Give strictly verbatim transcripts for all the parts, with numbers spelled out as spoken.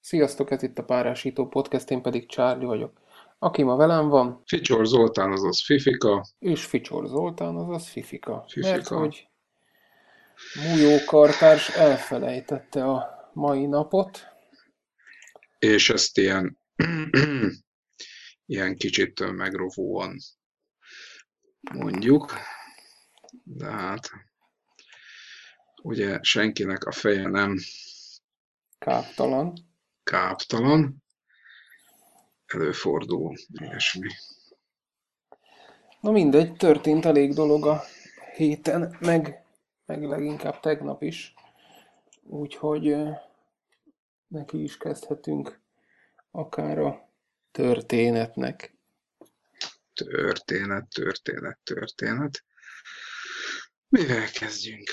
Sziasztok, ez itt a Párásító Podcast, én pedig Charlie vagyok. Aki ma velem van, Ficsor Zoltán, azaz Fifika, és Ficsor Zoltán, azaz Fifika. Mert Fifika, hogy Mújó kartárs elfelejtette a mai napot. és ezt ilyen, ilyen kicsit megrovóan mondjuk, de hát ugye senkinek a feje nem Káptalan. káptalan, előfordul ilyesmi. Na mindegy, történt elég dolog a héten, meg, meg leginkább tegnap is. Úgyhogy eh, neki is kezdhetünk akár a történetnek. Történet, történet, történet. Mivel kezdjünk?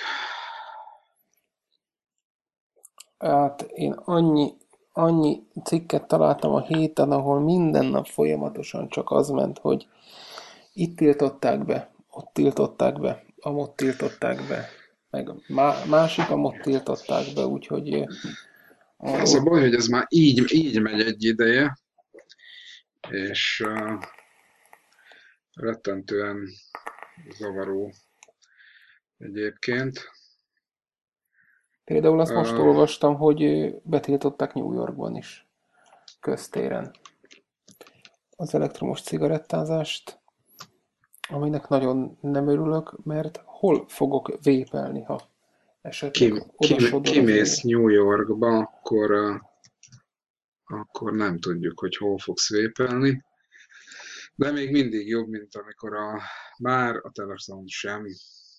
Hát én annyi, annyi cikket találtam a héten, ahol minden nap folyamatosan csak az ment, hogy itt tiltották be, ott tiltották be, amott tiltották be, meg má, másik amott tiltották be, úgyhogy eh, Az a arról baj, hogy ez már így, így megy egy ideje, és uh, rettentően zavaró egyébként. például azt most Uh, olvastam, hogy eh, betiltották New Yorkban is, köztéren az elektromos cigarettázást, aminek nagyon nem örülök, mert hol fogok vépelni, ha esetleg kim, oda kim, sodor az kimész élet. New Yorkba, akkor, uh, akkor nem tudjuk, hogy hol fogsz vépelni. De még mindig jobb, mint amikor a, már a telefon sem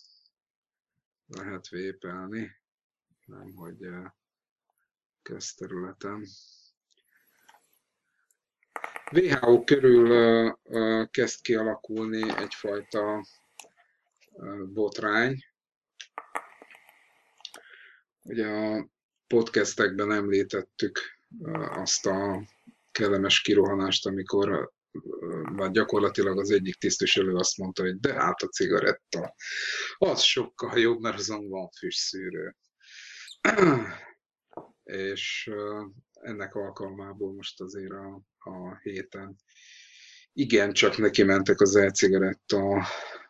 lehet vépelni, nem hogy uh, közterületen. vé há o körül uh, uh, kezd kialakulni egyfajta uh, botrány. Ugye a podcastekben említettük uh, azt a kellemes kirohanást, amikor már gyakorlatilag az egyik tisztviselő azt mondta, hogy de hát a cigaretta, az sokkal jobb, mert azon van füstszűrő. És ennek alkalmából most azért a, a héten igencsak neki mentek az e-cigaretta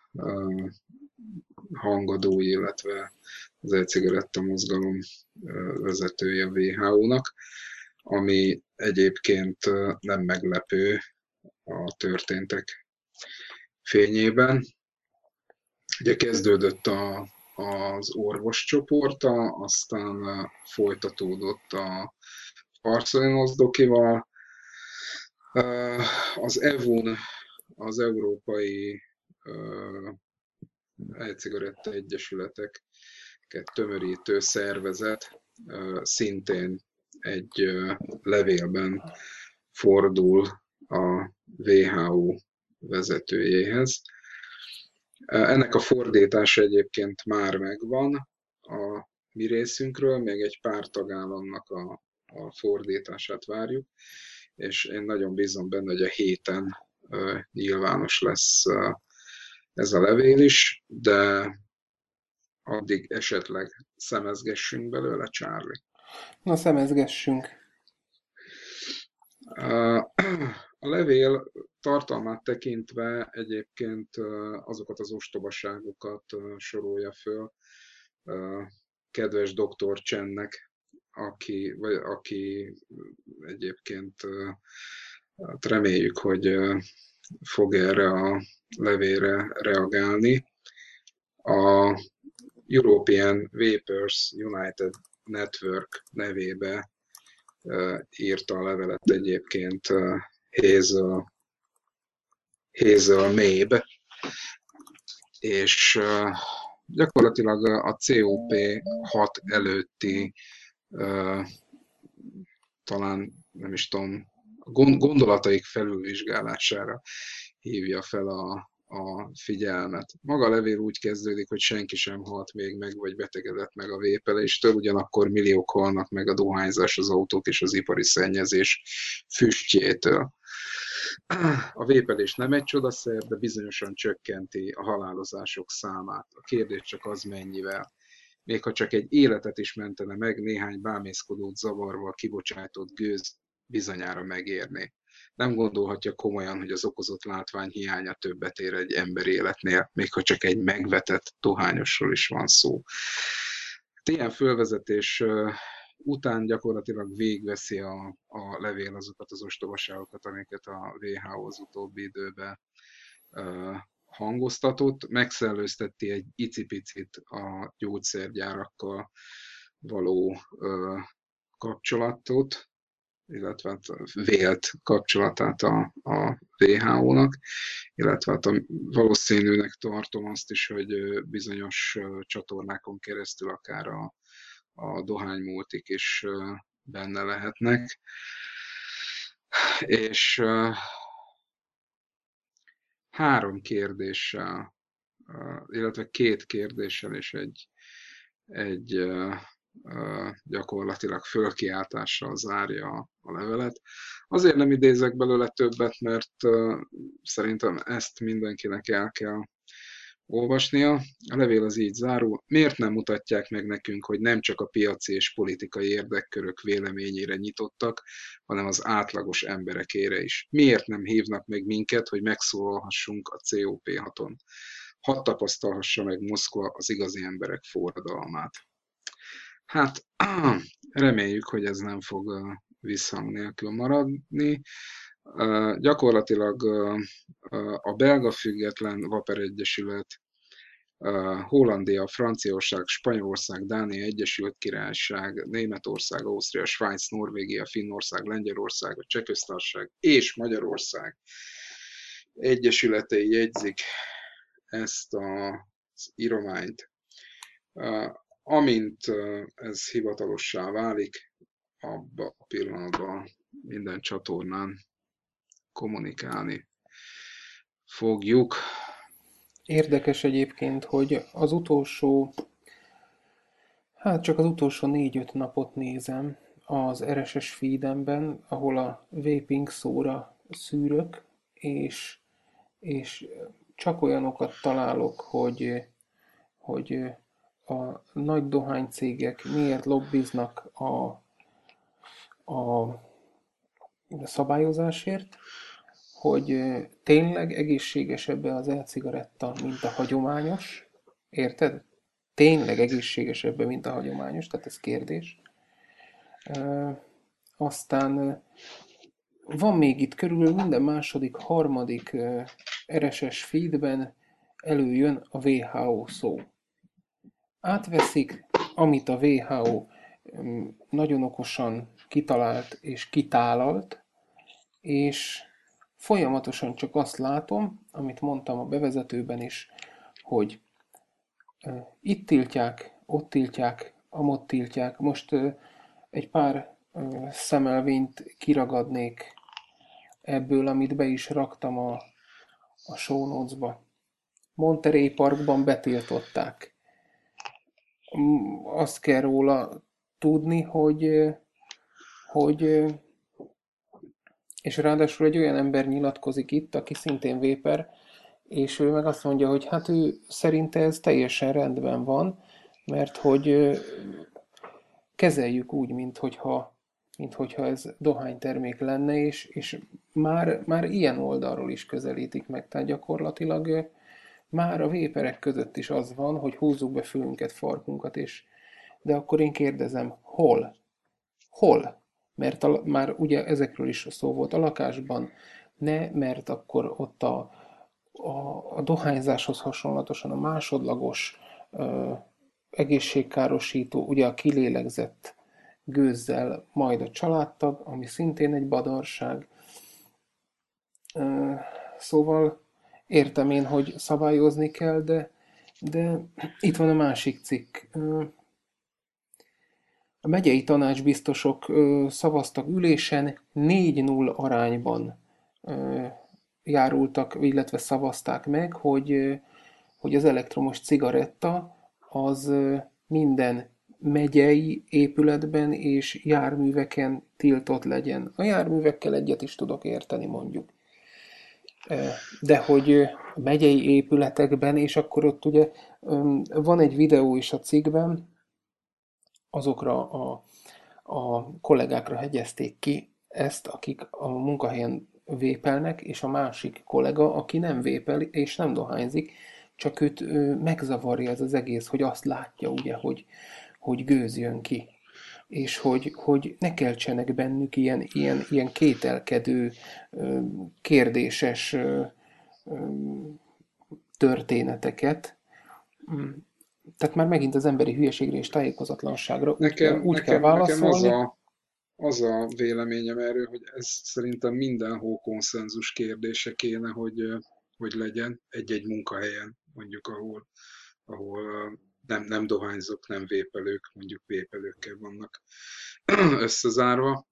hangadói, illetve az e-cigaretta mozgalom vezetője a vé há o-nak, ami egyébként nem meglepő a történtek fényében. Ugye kezdődött a, az orvoscsoporta, aztán folytatódott a Arcelor-Dokival. Az é u en, az Európai E-cigaretta Egyesületeket tömörítő szervezet szintén egy levélben fordul a vé há o vezetőjéhez. Ennek a fordítása egyébként már megvan a mi részünkről, még egy pár tagállamnak a, a fordítását várjuk, és én nagyon bízom benne, hogy a héten uh, nyilvános lesz uh, ez a levél is, de addig esetleg szemezgessünk belőle, Charlie. Na, szemezgessünk. A levél tartalmát tekintve egyébként azokat az ostobaságokat sorolja föl kedves doktor Chennek, aki, vagy aki egyébként hát reméljük, hogy fog erre a levélre reagálni. A European Vapers United Network nevébe írta a levelet egyébként Hazel, Hazel Mabe, és gyakorlatilag a cé o pé hat előtti talán nem is tudom, gondolataik felülvizsgálására hívja fel a, a figyelmet. Maga a levél úgy kezdődik, hogy senki sem halt még meg, vagy betegedett meg a vépeléstől, ugyanakkor milliók halnak meg a dohányzás, az autók és az ipari szennyezés füstjétől. A vépelés nem egy csodaszer, de bizonyosan csökkenti a halálozások számát. A kérdés csak az, mennyivel. még ha csak egy életet is mentene meg, néhány bámészkodót zavarva kibocsátott gőz bizonyára megérné. Nem gondolhatja komolyan, hogy az okozott látvány hiánya többet ér egy ember életnél, még ha csak egy megvetett dohányosról is van szó. Hát ilyen fölvezetés után gyakorlatilag végveszi a, a levél azokat az ostobaságokat, amiket a dupla vé há ó az utóbbi időben uh, hangoztatott, megszellőzteti egy icipicit a gyógyszergyárakkal való uh, kapcsolatot, illetve hát vélt kapcsolatát a, a dupla vé há ó-nak, illetve hát a, valószínűnek tartom azt is, hogy bizonyos csatornákon keresztül akár a, a dohánymultik is benne lehetnek. És három kérdéssel, illetve két kérdéssel és egy, egy gyakorlatilag fölkiáltással zárja a levelet. Azért nem idézek belőle többet, mert szerintem ezt mindenkinek el kell olvasnia. A levél az így zárul. Miért nem mutatják meg nekünk, hogy nem csak a piaci és politikai érdekkörök véleményére nyitottak, hanem az átlagos emberekére is? Miért nem hívnak meg minket, hogy megszólalhassunk a cé o pé haton? Hadd tapasztalhassa meg Moszkva az igazi emberek forradalmát. Hát reméljük, hogy ez nem fog visszhang nélkül maradni. Gyakorlatilag a belga független Vaper Egyesület, Hollandia, Franciaország, Spanyolország, Dánia, Egyesült Királyság, Németország, Ausztria, Svájc, Norvégia, Finnország, Lengyelország, a Csehköztársaság és Magyarország egyesületei jegyzik ezt az írományt. Amint ez hivatalossá válik, abban a pillanatban minden csatornán kommunikálni fogjuk. Érdekes egyébként, hogy az utolsó, hát csak az utolsó négy-öt napot nézem az er es es feedemben, ahol a vaping szóra szűrök, és, és csak olyanokat találok, hogy, hogy a nagy dohánycégek miért lobbiznak a, a szabályozásért, hogy tényleg egészségesebb az e-cigaretta, mint a hagyományos. Érted? Tényleg egészségesebb, mint a hagyományos, tehát ez kérdés. E, aztán van még itt körülbelül minden második, harmadik er es es feedben előjön a dupla vé há ó szó. Átveszik, amit a dupla vé há ó nagyon okosan kitalált és kitálalt, és folyamatosan csak azt látom, amit mondtam a bevezetőben is, hogy itt tiltják, ott tiltják, amott tiltják. Most egy pár szemelvényt kiragadnék ebből, amit be is raktam a, a show notes-ba. Monterey Parkban betiltották. Azt kell róla tudni, hogy, hogy és ráadásul egy olyan ember nyilatkozik itt, aki szintén véper, és ő meg azt mondja, hogy hát ő szerinte ez teljesen rendben van, mert hogy kezeljük úgy, mint hogyha, mint hogyha ez dohánytermék lenne, és, és már, már ilyen oldalról is közelítik meg. Tehát gyakorlatilag már a véperek között is az van, hogy húzzuk be fülünket, farkunkat, és de akkor én kérdezem, hol? Hol? Mert a, már ugye ezekről is szó volt a lakásban, ne, mert akkor ott a, a, a dohányzáshoz hasonlatosan a másodlagos ö, egészségkárosító, ugye a kilélegzett gőzzel majd a családtag, ami szintén egy badarság. Ö, szóval értem én, hogy szabályozni kell, de, de itt van a másik cikk. Ö, A megyei tanácsbiztosok ö, szavaztak ülésen, négy null arányban ö, járultak, illetve szavazták meg, hogy, ö, hogy az elektromos cigaretta az ö, minden megyei épületben és járműveken tiltott legyen. A járművekkel egyet is tudok érteni, mondjuk. De hogy a megyei épületekben, és akkor ott ugye van egy videó is a cikkben, azokra a, a kollégákra hegyezték ki ezt, akik a munkahelyen vépelnek, és a másik kollega, aki nem vépel és nem dohányzik, csak őt ö, megzavarja ez az egész, hogy azt látja, ugye, hogy, hogy gőz jön ki, és hogy, hogy ne keltsenek bennük ilyen, ilyen, ilyen kételkedő, ö, kérdéses ö, ö, történeteket. Mm. Tehát már megint az emberi hülyeségre és tájékozatlanságra úgy kell, Nekem, úgy kell nekem, nekem az válaszolni. a, az a véleményem erről, hogy ez szerintem mindenhol konszenzus kérdése kéne, hogy, hogy legyen egy-egy munkahelyen, mondjuk ahol, ahol nem, nem dohányzók, nem vépelők, mondjuk vépelőkkel vannak összezárva.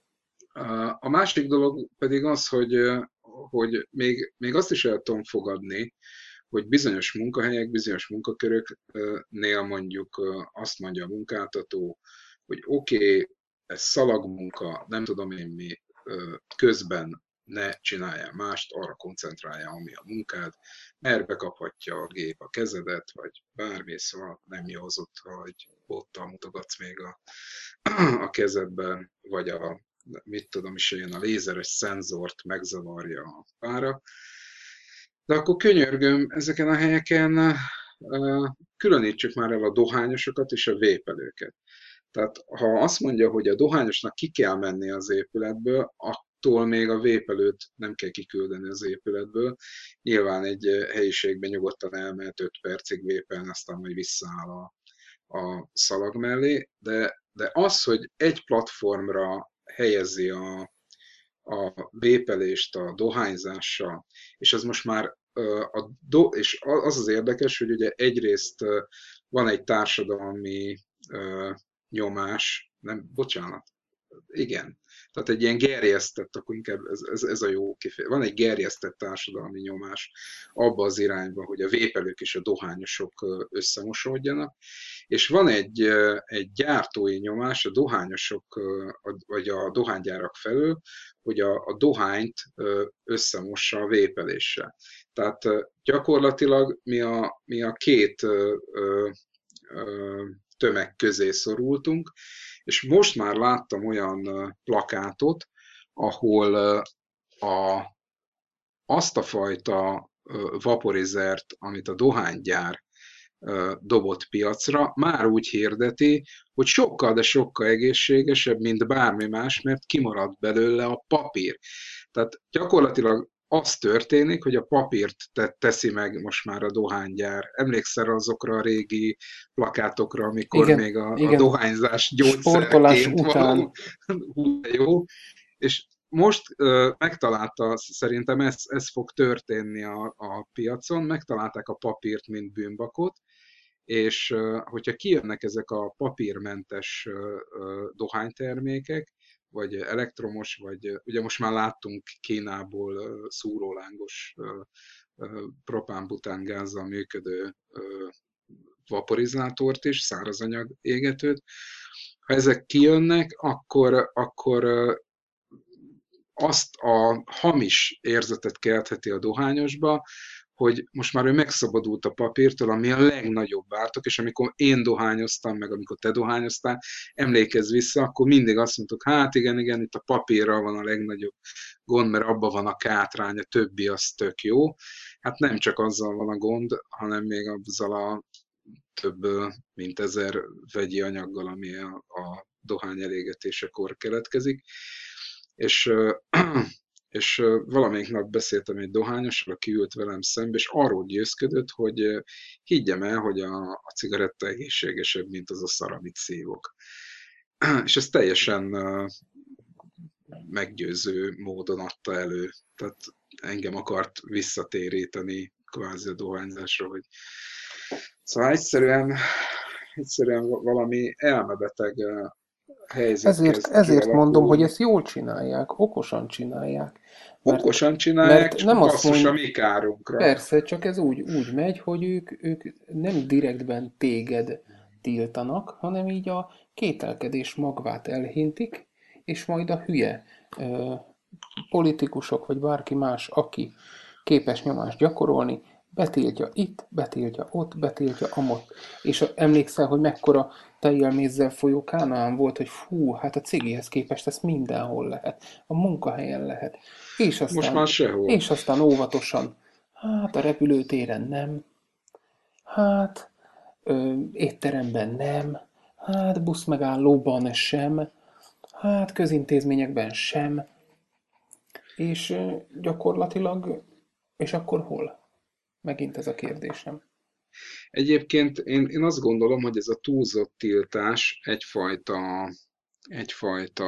A másik dolog pedig az, hogy, hogy még, még azt is el tudom fogadni, hogy bizonyos munkahelyek, bizonyos munkaköröknél mondjuk azt mondja a munkáltató, hogy oké, okay, ez szalagmunka, nem tudom én mi, közben ne csináljál mást, arra koncentráljál, ami a munkád, mert bekaphatja a gép a kezedet, vagy bármi, szóval nem jó az ott, hogy bottal mutogatsz még a, a kezedben, vagy a, mit tudom is én, a lézeres szenzort megzavarja a pára. De akkor könyörgöm, ezeken a helyeken különítsük már el a dohányosokat és a vépelőket. Tehát ha azt mondja, hogy a dohányosnak ki kell menni az épületből, attól még a vépelőt nem kell kiküldeni az épületből. Nyilván egy helyiségben nyugodtan elmehet öt percig vépelni, aztán majd visszaáll a, a szalag mellé, de, de az, hogy egy platformra helyezi a, a vépelést a dohányzással, és ez most már a do, és az az érdekes, hogy ugye egyrészt van egy társadalmi nyomás, nem, bocsánat, igen, tehát egy ilyen gerjesztett, akkor inkább ez, ez, ez a jó kifejezés. Van egy gerjesztett társadalmi nyomás abba az irányba, hogy a vépelők és a dohányosok összemosódjanak, és van egy, egy gyártói nyomás a dohányosok, vagy a dohánygyárak felől, hogy a, a dohányt összemossa a vépeléssel. Tehát gyakorlatilag mi a, mi a két ö, ö, tömeg közé szorultunk, és most már láttam olyan plakátot, ahol a, azt a fajta vaporizert, amit a dohánygyár dobott piacra, már úgy hirdeti, hogy sokkal, de sokkal egészségesebb, mint bármi más, mert kimaradt belőle a papír. Tehát gyakorlatilag az történik, hogy a papírt te teszi meg most már a dohánygyár. Emlékszel azokra a régi plakátokra, amikor Igen, még a, a igen, dohányzás sportolás gyógyszerként után. való, hú, de jó, és most uh, megtalálta, szerintem ez, ez fog történni a, a piacon, megtalálták a papírt, mint bűnbakot, és uh, hogyha kijönnek ezek a papírmentes uh, uh, dohánytermékek, vagy elektromos, vagy ugye most már láttunk Kínából uh, szúrólángos uh, uh, propán-bután gázzal működő uh, vaporizátort is, szárazanyag égetőt. Ha ezek kijönnek, akkor, akkor uh, azt a hamis érzetet keltheti a dohányosba, hogy most már ő megszabadult a papírtól, ami a legnagyobb ártok, és amikor én dohányoztam, meg amikor te dohányoztál, emlékezz vissza, akkor mindig azt mondtuk, hát igen, igen, itt a papírral van a legnagyobb gond, mert abban van a kátrány, a többi az tök jó. Hát nem csak azzal van a gond, hanem még azzal a több mint ezer vegyi anyaggal, ami a, a dohány elégetésekor keletkezik. És, és valamelyik nap beszéltem egy dohányossal, aki ült velem szembe, és arról győzködött, hogy higgyem el, hogy a, a cigaretta egészségesebb, mint az a szar, amit szívok. És ez teljesen meggyőző módon adta elő. Tehát engem akart visszatéríteni kvázi a dohányzásra, hogy szóval egyszerűen, egyszerűen valami elmebeteg helyzet Ezért, kezd ezért mondom, hogy kialakulni. ezt jól csinálják, okosan csinálják. Mert, Okosan csinálják, mert csak nem azt basszus a mond, mi kárunkra. persze, csak ez úgy, úgy megy, hogy ők, ők nem direktben téged tiltanak, hanem így a kételkedés magvát elhintik, és majd a hülye ö, politikusok, vagy bárki más, aki képes nyomást gyakorolni, Betiltja itt, betiltja ott, betiltja amott. És a- emlékszel, hogy mekkora tejjel mézzel folyó Kánaán volt, hogy fú, hát a cigéhez képest ez mindenhol lehet. A munkahelyen lehet. És Most már aztán, sehol. és aztán óvatosan. Hát a repülőtéren nem. Hát ö, étteremben nem. Hát buszmegállóban sem. Hát közintézményekben sem. És ö, gyakorlatilag, és akkor hol? Megint ez a kérdésem. Egyébként én, én azt gondolom, hogy ez a túlzott tiltás egyfajta, egyfajta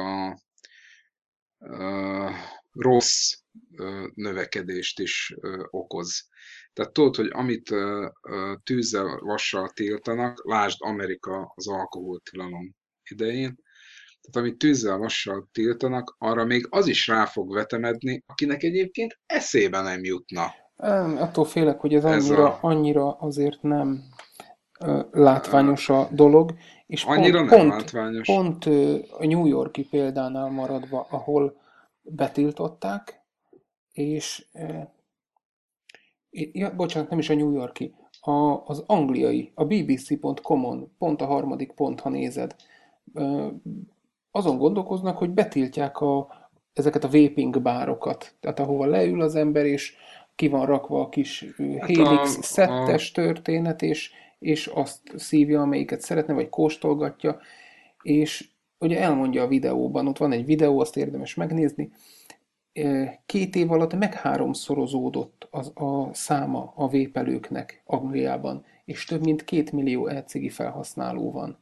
ö, rossz ö, növekedést is ö, okoz. Tehát tudod, hogy amit ö, ö, tűzzel, vassal tiltanak, lásd Amerika az alkoholtilalom idején, tehát amit tűzzel, vassal tiltanak, arra még az is rá fog vetemedni, akinek egyébként eszébe nem jutna Em, Attól félek, hogy ez ez annyira, a... annyira azért nem ö, ö, látványos a dolog, és pont, annyira nem pont, látványos. pont ö, a New York-i példánál maradva, ahol betiltották, és ö, ja, bocsánat, nem is a New York-i, a, az angliai, a bé bé cé pont com-on, pont a harmadik pont, ha nézed, ö, azon gondolkoznak, hogy betiltják a, ezeket a vaping bárokat, tehát ahova leül az ember, és ki van rakva a kis ö, Hát a, Helix a szettes történet, és, és azt szívja, amelyiket szeretne, vagy kóstolgatja, és ugye elmondja a videóban, ott van egy videó, azt érdemes megnézni, két év alatt megháromszorozódott az, a száma a vépelőknek Angliában, és több mint két millió e-cigi felhasználó van.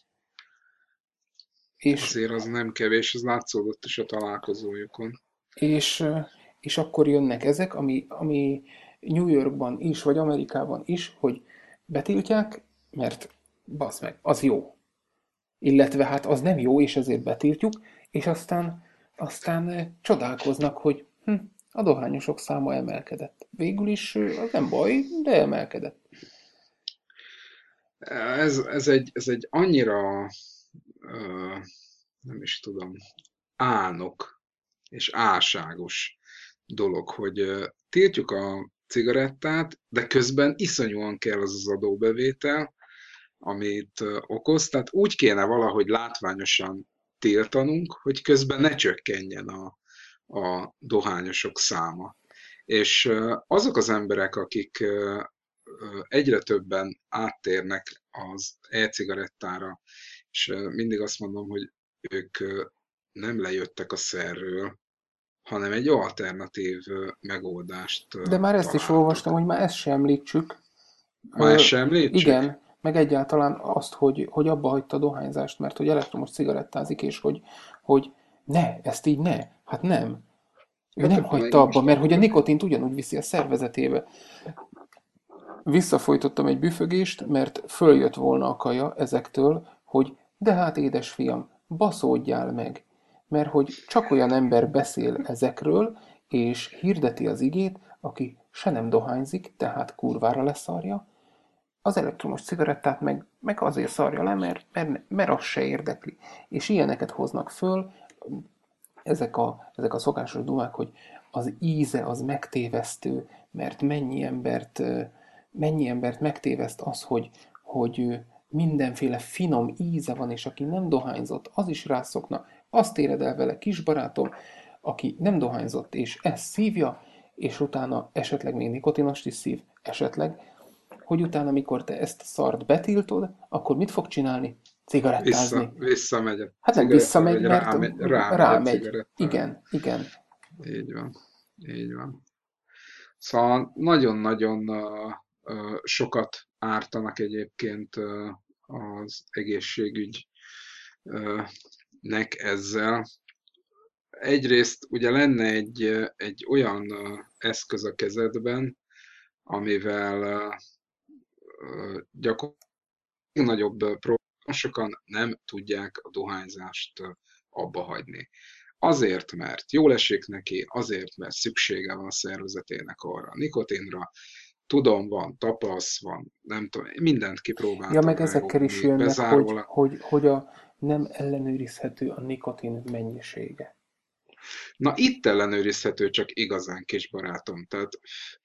És, azért az nem kevés, ez látszódott is a találkozójukon. és, és akkor jönnek ezek, ami, ami New Yorkban is, vagy Amerikában is, hogy betiltják, mert basz meg, az jó. Illetve hát az nem jó, és ezért betiltjuk, és aztán, aztán csodálkoznak, hogy hm, a dohányosok száma emelkedett. Végül is az nem baj, de emelkedett. Ez, ez egy, ez egy annyira, ö, nem is tudom, álnok és álságos dolog, hogy ö, tiltjuk a cigarettát, de közben iszonyúan kell az az adóbevétel, amit ö, okoz, tehát úgy kéne valahogy látványosan tiltanunk, hogy közben ne csökkenjen a, a dohányosok száma. És ö, azok az emberek, akik ö, ö, egyre többen áttérnek az e-cigarettára, és ö, mindig azt mondom, hogy ők ö, nem lejöttek a szerről, hanem egy alternatív ö, megoldást ö, De már ezt is olvastam, találtak. hogy már ezt sem említsük. Már Ö, sem említsük? igen, meg egyáltalán azt, hogy, hogy abba hagyta a dohányzást, mert hogy elektromos cigarettázik, és hogy, hogy ne, ezt így ne. Hát nem. Ő Hát nem akkor meg hagyta abba, most mert hogy a akkor nikotint ugyanúgy viszi a szervezetébe. Visszafojtottam egy büfögést, mert följött volna a kaja ezektől, hogy de hát édesfiam, baszódjál meg, mert hogy csak olyan ember beszél ezekről, és hirdeti az igét, aki se nem dohányzik, tehát kurvára leszarja, az elektromos cigarettát meg, meg azért szarja le, mert, mert, mert az se érdekli. És ilyeneket hoznak föl, ezek a, ezek a szokásos dumák, hogy az íze az megtévesztő, mert mennyi embert, mennyi embert megtéveszt az, hogy, hogy mindenféle finom íze van, és aki nem dohányzott, az is rászokna. Azt éred el vele, kisbarátom, aki nem dohányzott, és ezt szívja, és utána esetleg még nikotinost is szív, esetleg, hogy utána, amikor te ezt a szart betiltod, akkor mit fog csinálni? vissza, Cigarettázni. visszamegy a Hát nem cigarettára, visszamegy, vagy mert rámegy, rámegy a rámegy. cigarettára. Igen, igen. Így van, így van. Szóval nagyon-nagyon ö, ö, sokat ártanak egyébként ö, az egészségügynek ezzel. Egyrészt ugye lenne egy, ö, egy olyan ö, eszköz a kezedben, amivel ö, ö, gyakorlatilag nagyobb probléma, sokan nem tudják a dohányzást ö, abba hagyni. Azért, mert jól esik neki, azért, mert szüksége van a szervezetének arra a nikotinra, tudom, van, tapasz, van, nem tudom, mindent Ja, kipróbáltam meg ezekkel is elrobni, jönnek, hogy, bezárólag. hogy, hogy a nem ellenőrizhető a nikotin mennyisége. Na itt ellenőrizhető csak igazán, kis barátom. Tehát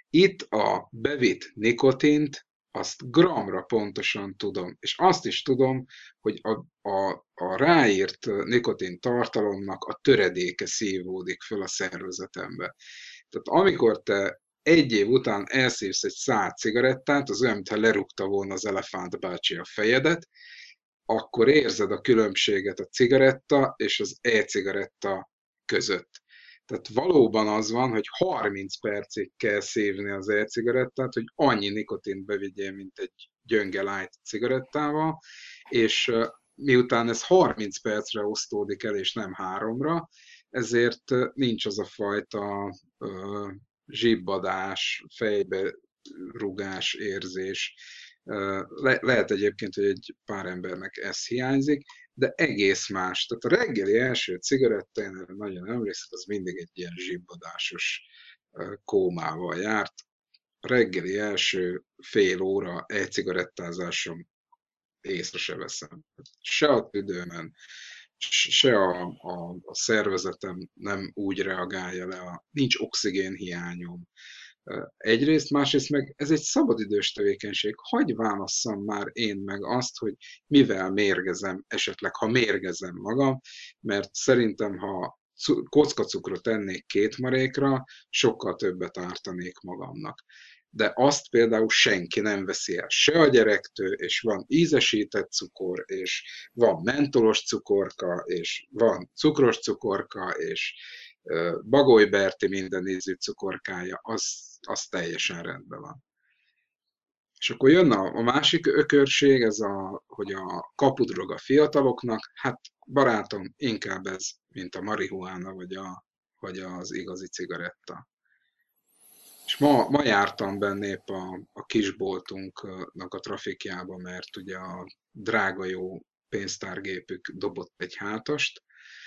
Itt a bevitt nikotint, azt gramra pontosan tudom, és azt is tudom, hogy a, a, a ráírt nikotin tartalomnak a töredéke szívódik föl a szervezetembe. Tehát amikor te egy év után elszívsz egy szád cigarettát, az olyan, mintha lerúgta volna az elefánt bácsi a fejedet, akkor érzed a különbséget a cigaretta és az e-cigaretta között. Tehát valóban az van, hogy harminc percig kell szívni az e-cigarettát, hogy annyi nikotint bevigyél, mint egy gyönge light cigarettával, és miután ez harminc percre osztódik el, és nem háromra, ezért nincs az a fajta ö, zsibbadás, fejbe rugás érzés. Le, lehet egyébként, hogy egy pár embernek ez hiányzik, de egész más. Tehát a reggeli első cigaretta, én nagyon emlékszem, az mindig egy ilyen zsibbadásos kómával járt. A reggeli első fél óra e-cigarettázásom észre se veszem. Se a tüdőmen, se a, a, a szervezetem nem úgy reagálja le, a, nincs oxigénhiányom. Egyrészt, másrészt meg ez egy szabadidős tevékenység. Hagy válasszam már én meg azt, hogy mivel mérgezem, esetleg ha mérgezem magam, mert szerintem, ha kockacukrot ennék két marékra, sokkal többet ártanék magamnak. De azt például senki nem veszi el, se a gyerektől, és van ízesített cukor, és van mentolos cukorka, és van cukros cukorka, és Bagoly Berti minden ízű cukorkája, az, az teljesen rendben van. És akkor jön a, a másik ökörség, ez a, hogy a kapudrog a fiataloknak, hát barátom, inkább ez, mint a marihuána, vagy, a, vagy az igazi cigaretta. És ma, ma jártam benne épp a, a kisboltunknak a trafikjába, mert ugye a drága jó pénztárgépük dobott egy hátast,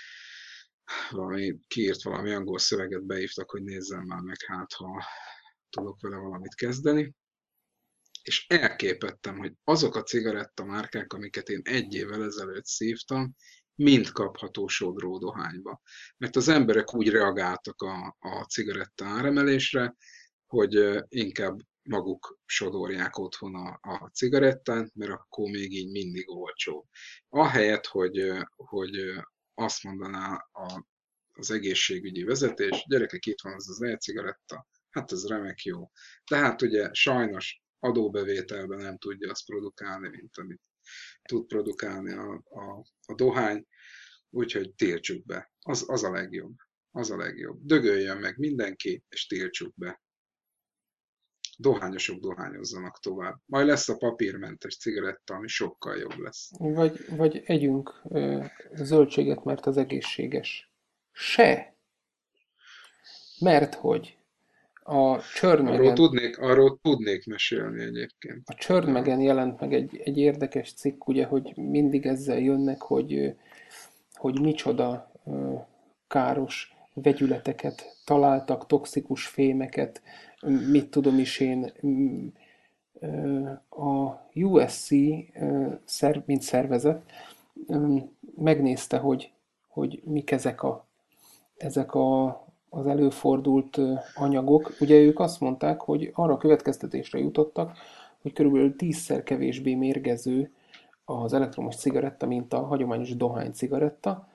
valami, kiírt valami angol szöveget, beívtak, hogy nézzem már meg, hát ha tudok vele valamit kezdeni. És elképettem, hogy azok a cigarettamárkák, amiket én egy évvel ezelőtt szívtam, mind kapható sodródohányba. Mert az emberek úgy reagáltak a, a cigaretta áremelésre, hogy inkább maguk sodorják otthon a, a cigarettát, mert akkor még így mindig olcsó. Ahelyett, hogy, hogy azt mondaná a, az egészségügyi vezetés, gyerekek, itt van az az e-cigaretta, hát ez remek jó. De hát ugye sajnos adóbevételben nem tudja azt produkálni, mint amit tud produkálni a, a, a dohány, úgyhogy tiltsuk be. Az, az a legjobb. Az a legjobb. Dögöljön meg mindenki, és tiltsuk be. Dohányosok dohányozzanak tovább. Majd lesz a papírmentes cigaretta, ami sokkal jobb lesz. Vagy, vagy együnk ö, zöldséget, mert az egészséges. Se! Mert hogy a Arról Csörnmegen, tudnék, arról tudnék mesélni egyébként. a De Csörnmegen jelent meg egy, egy érdekes cikk, ugye, hogy mindig ezzel jönnek, hogy, ö, hogy micsoda ö, káros vegyületeket találtak, toxikus fémeket, mit tudom is én, m, ö, a U S C, ö, szer, mint szervezet, ö, megnézte, hogy, hogy mik ezek a ezek a, az előfordult ö, anyagok. Ugye ők azt mondták, hogy arra a következtetésre jutottak, hogy körülbelül tízszer kevésbé mérgező az elektromos cigaretta, mint a hagyományos dohány cigaretta.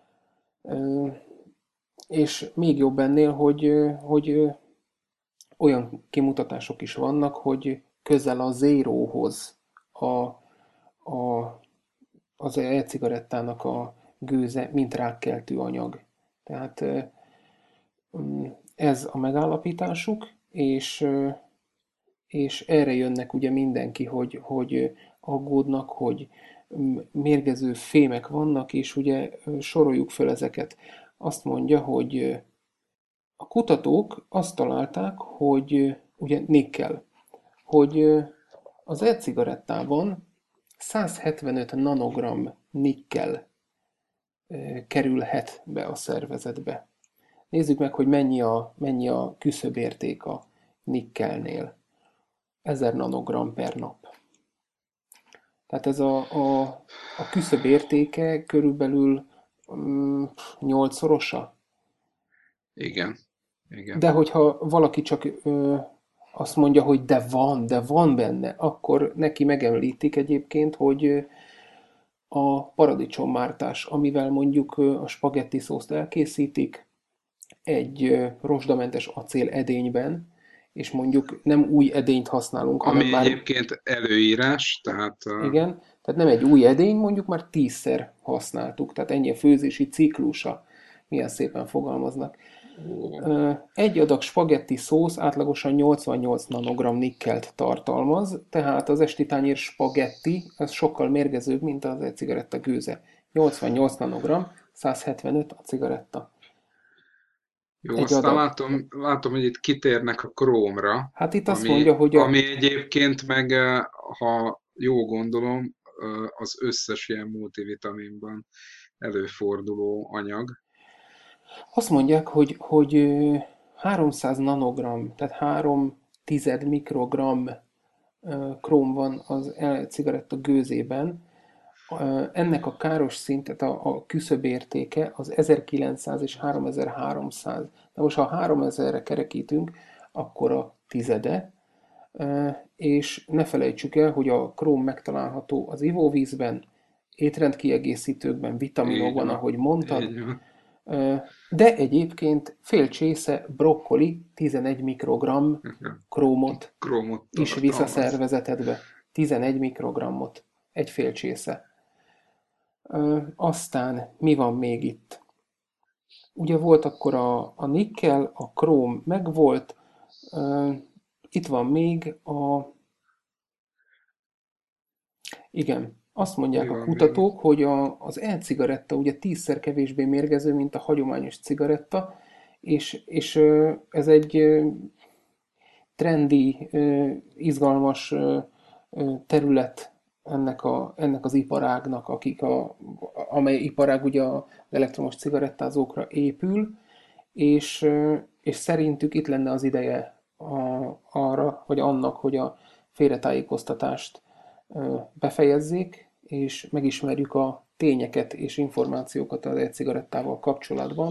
Ö, És még jobb ennél, hogy, ö, hogy ö, olyan kimutatások is vannak, hogy közel a zéróhoz a, a, az e-cigarettának a gőze, mint rákkeltő anyag. Tehát ö, ez a megállapításuk, és, és erre jönnek ugye mindenki, hogy, hogy aggódnak, hogy mérgező fémek vannak, és ugye soroljuk fel ezeket. Azt mondja, hogy a kutatók azt találták, hogy ugye nikkel, hogy az e-cigarettában száz hetvenöt nanogramm nikkel kerülhet be a szervezetbe. Nézzük meg, hogy mennyi a, mennyi a küszöbérték a nikkelnél. ezer nanogramm per nap. Tehát ez a, a, a küszöbértéke körülbelül mm, nyolcszorosa. igen, igen. De hogyha valaki csak ö, azt mondja, hogy de van, de van benne. Akkor neki megemlítik egyébként, hogy a paradicsommártás, amivel mondjuk a spagetti szószt elkészítik, egy rozsdamentes acél edényben, és mondjuk nem új edényt használunk, hanem Ami már egyébként előírás, tehát uh, igen, tehát nem egy új edény, mondjuk már tízszer használtuk, tehát ennyi a főzési ciklusa, milyen szépen fogalmaznak. ó, Egy adag spagetti szósz átlagosan nyolcvannyolc nanogramm nikkelt tartalmaz, tehát az esti tányér spagetti az sokkal mérgezőbb, mint az egy cigaretta gőze. nyolcvannyolc nanogramm, száz hetvenöt a cigaretta. jó, Egy aztán adag. látom, látom, hogy itt kitérnek a krómra, Hát itt azt ami, mondja, hogy a, ami egyébként meg, uh, ha jó gondolom, uh, az összes ilyen multivitaminban előforduló anyag. azt mondják, hogy, hogy ö, háromszáz nanogramm, tehát három tized mikrogramm ö, króm van az e-cigaretta gőzében. Ö, Ennek a káros szint, tehát a, a küszöbértéke az ezerkilencszáz és háromezer-háromszáz. Na most, ha a háromezerre kerekítünk, akkor a tizede, Ö, és ne felejtsük el, hogy a króm megtalálható az ivóvízben, étrendkiegészítőkben, Így vitaminokban, van, ahogy mondtad, így van. de egyébként fél csésze brokkoli tizenegy mikrogramm krómot Krómot is visz a tartalmaz. szervezetedbe. tizenegy mikrogrammot. Egy fél csésze. Ö, aztán mi van még itt? Ugye volt akkor a, a nikkel, a króm megvolt, ö, itt van még a Igen, azt Mi mondják a van még? kutatók, hogy a, az e-cigaretta ugye tízszer kevésbé mérgező, mint a hagyományos cigaretta, és, és ö, ez egy ö, trendi, ö, izgalmas ö, ö, terület ennek, a, ennek az iparágnak, akik a, amely iparág ugye az elektromos cigarettázókra épül, és, ö, és szerintük itt lenne az ideje a, arra, vagy annak, hogy a félretájékoztatást ö, befejezzék, és megismerjük a tényeket és információkat az e-cigarettával kapcsolatban,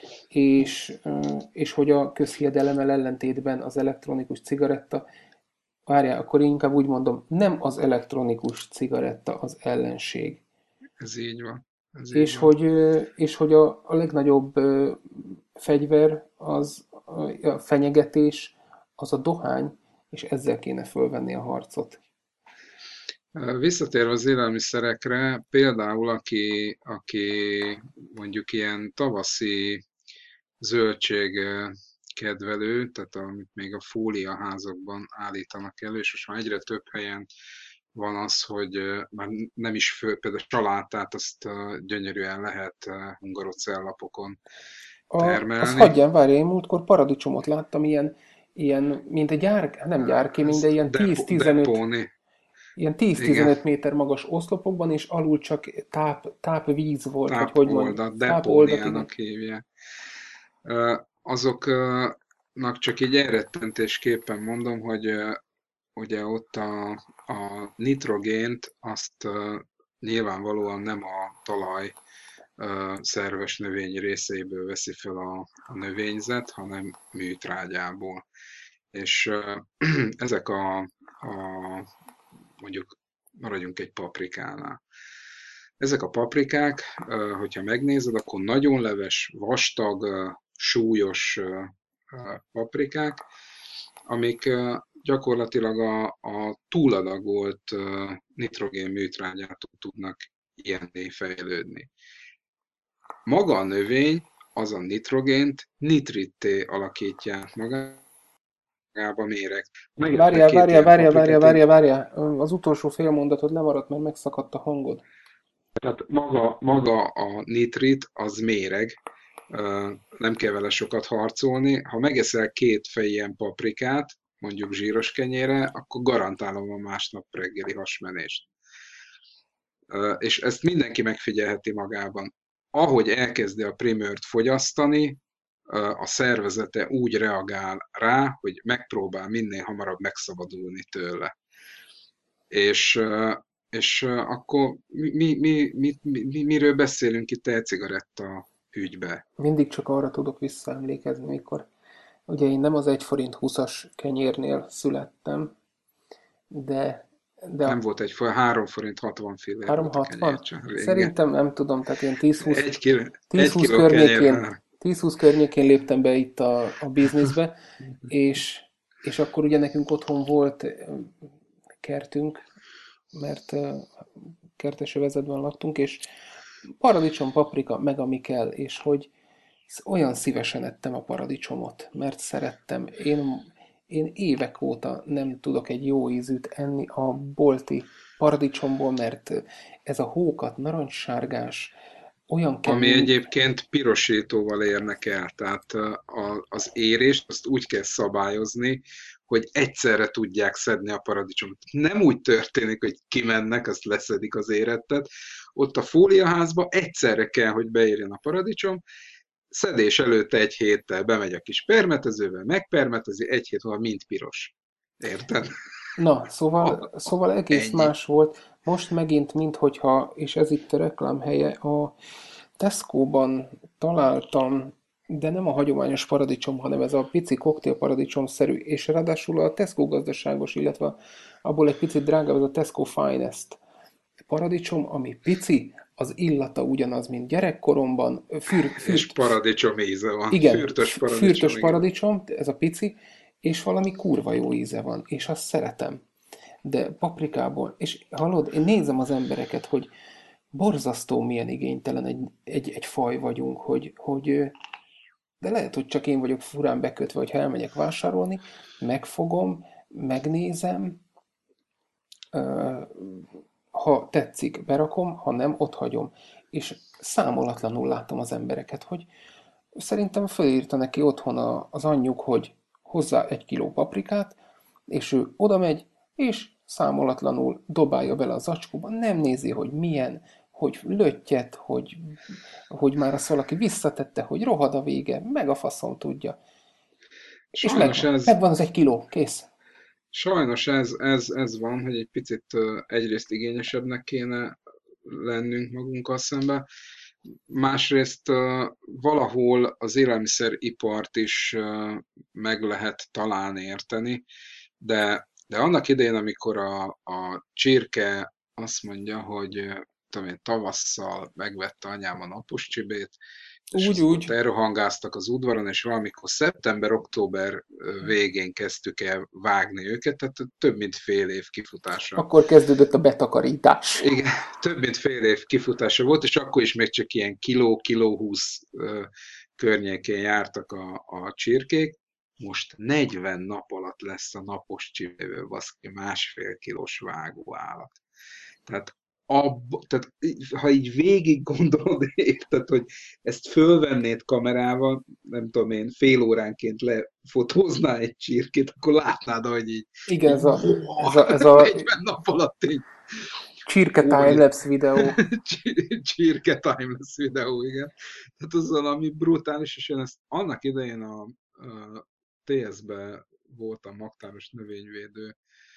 és, és hogy a közhiedelemmel ellentétben az elektronikus cigaretta, várjál, akkor inkább úgy mondom, nem az elektronikus cigaretta az ellenség. Ez így van. Ez így És van. hogy, és hogy a, a legnagyobb fegyver, az a fenyegetés, az a dohány, és ezzel kéne fölvenni a harcot. Visszatérve az élelmiszerekre, például aki, aki mondjuk ilyen tavaszi zöldség kedvelő, tehát amit még a fóliaházakban állítanak elő, és most már egyre több helyen van az, hogy már nem is fő, például a salátát azt gyönyörűen lehet hungarocellapokon A, az termelni. hagyján, várj, én múltkor paradicsomot láttam, ilyen, ilyen mint egy gyár, nem gyárkémény, de Ezt ilyen depo, tíz-tizenöt depóni. ilyen Igen, tíz-tizenöt méter magas oszlopokban, és alul csak táp, tápvíz volt, vagy hogy mondjam, tápoldat, tápoldat, igen. depóniának hívják. Ö, Azoknak csak így elrettentésképpen mondom, hogy ö, ugye ott a, a nitrogént azt ö, nyilvánvalóan nem a talaj ö, szerves növényi részeiből veszi fel a, a növényzet, hanem műtrágyából. És ö, ezek a, a mondjuk maradjunk egy paprikánál. Ezek a paprikák, hogyha megnézed, akkor nagyon leves, vastag, súlyos paprikák, amik gyakorlatilag a, a túladagolt nitrogén műtrágyától tudnak ilyenné fejlődni. Maga a növény az a nitrogént nitritté alakítja át magába méreg. Megettek Várjál, két várjál, ilyen várjál, várjál, paprikát, így. várjál, várjál. Az utolsó fél mondatod lemaradt, mert megszakadt a hangod. Tehát maga, maga a nitrit az méreg, nem kell vele sokat harcolni. Ha megeszel két fej ilyen paprikát, mondjuk zsíros kenyére, akkor garantálom a másnap reggeli hasmenést. És ezt mindenki megfigyelheti magában. Ahogy elkezdi a primőrt fogyasztani, a szervezete úgy reagál rá, hogy megpróbál minél hamarabb megszabadulni tőle. És, és akkor mi, mi, mi, mi, miről beszélünk itt e-cigaretta ügybe? Mindig csak arra tudok visszaemlékezni, mikor Ugye én nem az egy forint húszas kenyérnél születtem, de, de Nem a volt egy, három forint hatvan fillér volt a kenyér háromszázhatvan? csak régen. Szerintem nem tudom, tehát én tíz-húsz Egy kiló, egy tíz-húsz kiló kenyér, környékén, három. tíz-húsz környékén léptem be itt a, a bizniszbe, és, és akkor ugye nekünk otthon volt ö, kertünk, mert ö, kertes övezetben laktunk, és paradicsom, paprika, meg ami kell, és hogy olyan szívesen ettem a paradicsomot, mert szerettem. Én, én évek óta nem tudok egy jó ízűt enni a bolti paradicsomból, mert ez a hókat, narancssárgás, olyan Ami kemény. egyébként pirosítóval érnek el. Tehát a, az érést azt úgy kell szabályozni, hogy egyszerre tudják szedni a paradicsomot. Nem úgy történik, hogy kimennek, azt leszedik az érettet. Ott a fóliaházba egyszerre kell, hogy beérjen a paradicsom, szedés előtte egy héttel bemegy a kis permetezővel, megpermetezi, egy hét múlva mind piros. Érted? Na, szóval, szóval egész Ennyi. más volt. Most megint, minthogyha, és ez itt a reklámhelye, a Tesco-ban találtam, de nem a hagyományos paradicsom, hanem ez a pici koktélparadicsomszerű, és ráadásul a Tesco gazdaságos, illetve abból egy picit drágább, ez a Tesco Finest paradicsom, ami pici, az illata ugyanaz, mint gyerekkoromban, fűr, És fűrt, paradicsom íze van. igen, Fürtös paradicsom, fürtös igen. paradicsom, ez a pici, és valami kurva jó íze van, és azt szeretem. De paprikából, és hallod, én nézem az embereket, hogy borzasztó milyen igénytelen egy, egy, egy faj vagyunk, hogy, hogy de lehet, hogy csak én vagyok furán bekötve, hogy ha elmegyek vásárolni, megfogom, megnézem, ha tetszik, berakom, ha nem, ott hagyom. És számolatlanul látom az embereket, hogy szerintem fölírta neki otthon a, az anyjuk, hogy hozzá egy kiló paprikát, és ő oda megy, és számolatlanul dobálja bele a zacskóba, nem nézi, hogy milyen, hogy löttyet, hogy, hogy már azt valaki visszatette, hogy rohad a vége, meg a faszom tudja. És Sajnos megvan. ez, Megvan az egy kiló, kész. sajnos ez, ez, ez van, hogy egy picit ö, egyrészt igényesebbnek kéne lennünk magunkkal szemben, másrészt ö, valahol az élelmiszeripart is ö, meg lehet talán érteni, de, de annak idején, amikor a, a csirke azt mondja, hogy ö, tudom én, tavasszal megvette anyám a napos csibét, és Úgy, azok ott úgy. elrohangáztak az udvaron, és valamikor szeptember-október végén kezdtük el vágni őket, tehát több mint fél év kifutása. Akkor kezdődött a betakarítás. Igen, több mint fél év kifutása volt, és akkor is még csak ilyen kiló, kiló húsz környékén jártak a, a csirkék. Most negyven nap alatt lesz a napos csibéből baszki másfél kilós vágóállat. Tehát, abba, tehát ha így végig gondolod, érted, hogy ezt fölvennéd kamerával, nem tudom én, fél óránként lefotózná egy csirkét, akkor látnád, hogy így, Igen, így ez a, ez a, ez a negyven nap alatt így csirke Óri. timelapse videó. Csirke timeless videó, igen. Tehát az valami brutális, és én ezt annak idején a, a té es-be voltam magtáros növényvédő,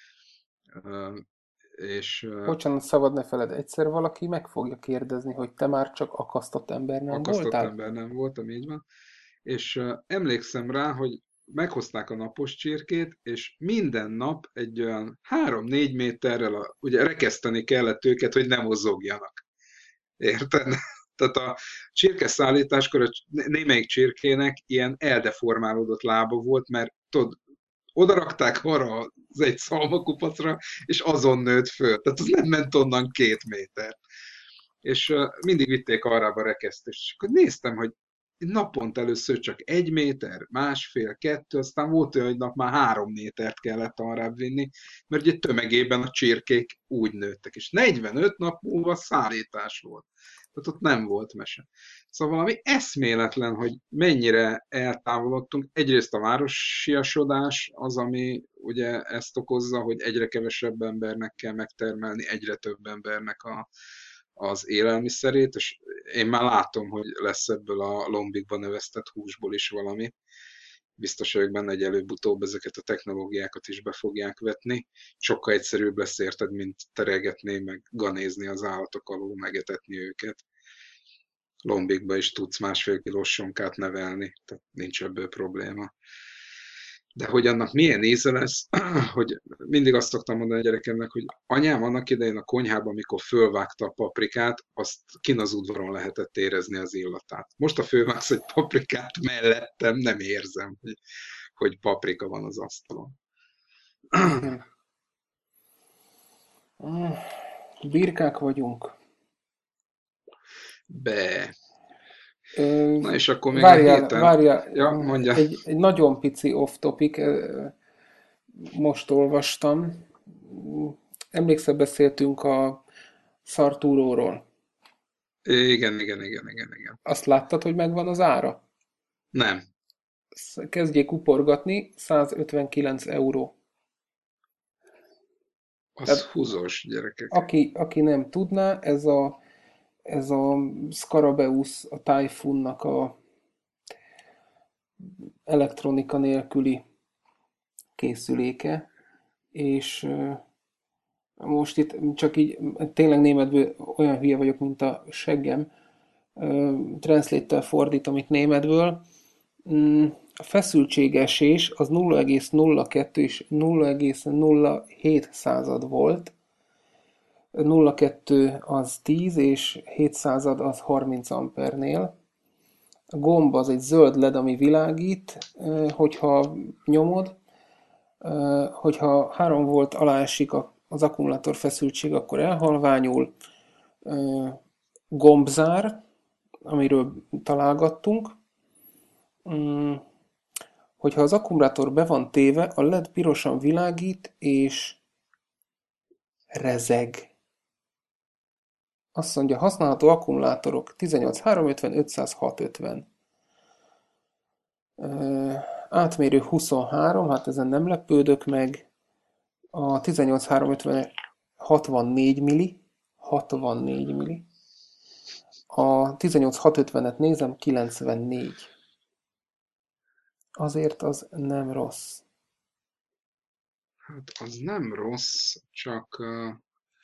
és Bocsánat, szabad ne feled, egyszer valaki meg fogja kérdezni, hogy te már csak akasztott ember nem akasztott voltál? ember nem voltam, így van. És uh, emlékszem rá, hogy meghozták a napos csirkét, és minden nap egy olyan három-négy méterrel, a, ugye rekeszteni kellett őket, hogy nem mozogjanak. Érted? Tehát a csirkeszállításkor a némelyik csirkének ilyen eldeformálódott lába volt, mert tudod, odarakták arra az egy szalmakupacra, és azon nőtt föl. Tehát az nem ment onnan két méter. És uh, mindig vitték arrába rekesztést. És akkor néztem, hogy naponta először csak egy méter, másfél, kettő, aztán volt olyan, hogy nap már három métert kellett arrább vinni, mert ugye tömegében a csirkék úgy nőttek, és negyvenöt nap múlva szállítás volt. Tehát ott nem volt mese. Szóval valami eszméletlen, hogy mennyire eltávolodtunk. Egyrészt a városiasodás az, ami ugye ezt okozza, hogy egyre kevesebb embernek kell megtermelni, egyre több embernek a, az élelmiszerét, és én már látom, hogy lesz ebből a lombikba növesztett húsból is valami. Biztos vagyok benne, hogy előbb-utóbb ezeket a technológiákat is be fogják vetni. Sokkal egyszerűbb lesz érted, mint teregetni, meg ganézni az állatok alól, megetetni őket. Lombikba is tudsz másfél kilós sonkát nevelni, tehát nincs ebből probléma. De hogy annak milyen íze lesz, hogy mindig azt szoktam mondani a gyerekemnek, hogy anyám annak idején a konyhában, amikor fölvágta a paprikát, azt kin az udvaron lehetett érezni az illatát. Most a fölvágsz egy paprikát mellettem, nem érzem, hogy, hogy paprika van az asztalon. Igen. Mm, Birkák vagyunk. Be. Ö, Na és akkor még a várjál, héten... várjál, Ja, mondja. egy, egy nagyon pici off-topic, ö, most olvastam. Emlékszel, beszéltünk a Szartúróról. Igen, igen, igen, igen, igen. Azt láttad, hogy megvan az ára? Nem, Sz- Kezdjék uporgatni, százötvenkilenc euró. az Tehát húzós, gyerekek. aki, aki nem tudná, ez a, ez a Scarabeus, a Typhoonnak a elektronika nélküli készüléke, és ö, most itt csak így tényleg németből olyan hülye vagyok, mint a seggem, ö, translate-tel fordítom itt németből. Mm, A feszültségesés az nulla egész nulla kettő és nulla egész nulla hét század volt, nulla egész kettő az tíz és hét század az harminc ampernél. A gomb az egy zöld led, ami világít, ö, hogyha nyomod. Ö, Hogyha három volt alá esik a- az akkumulátor feszültség, akkor elhalványul. Ö, Gombzár, amiről találgattunk. Mm, Hogyha az akkumulátor be van téve, a led pirosan világít és rezeg. Azt mondja, használható akkumulátorok tizennyolc háromszázötven, ötszáz hatszázötven. Ö, Átmérő huszonhárom, hát ezen nem lepődök meg. A tizennyolc háromszázötven hatvannégy milli, hatvannégy milli. A tizennyolc hatszázötvenet nézem, kilencvennégy. Azért az nem rossz. Hát az nem rossz, csak uh,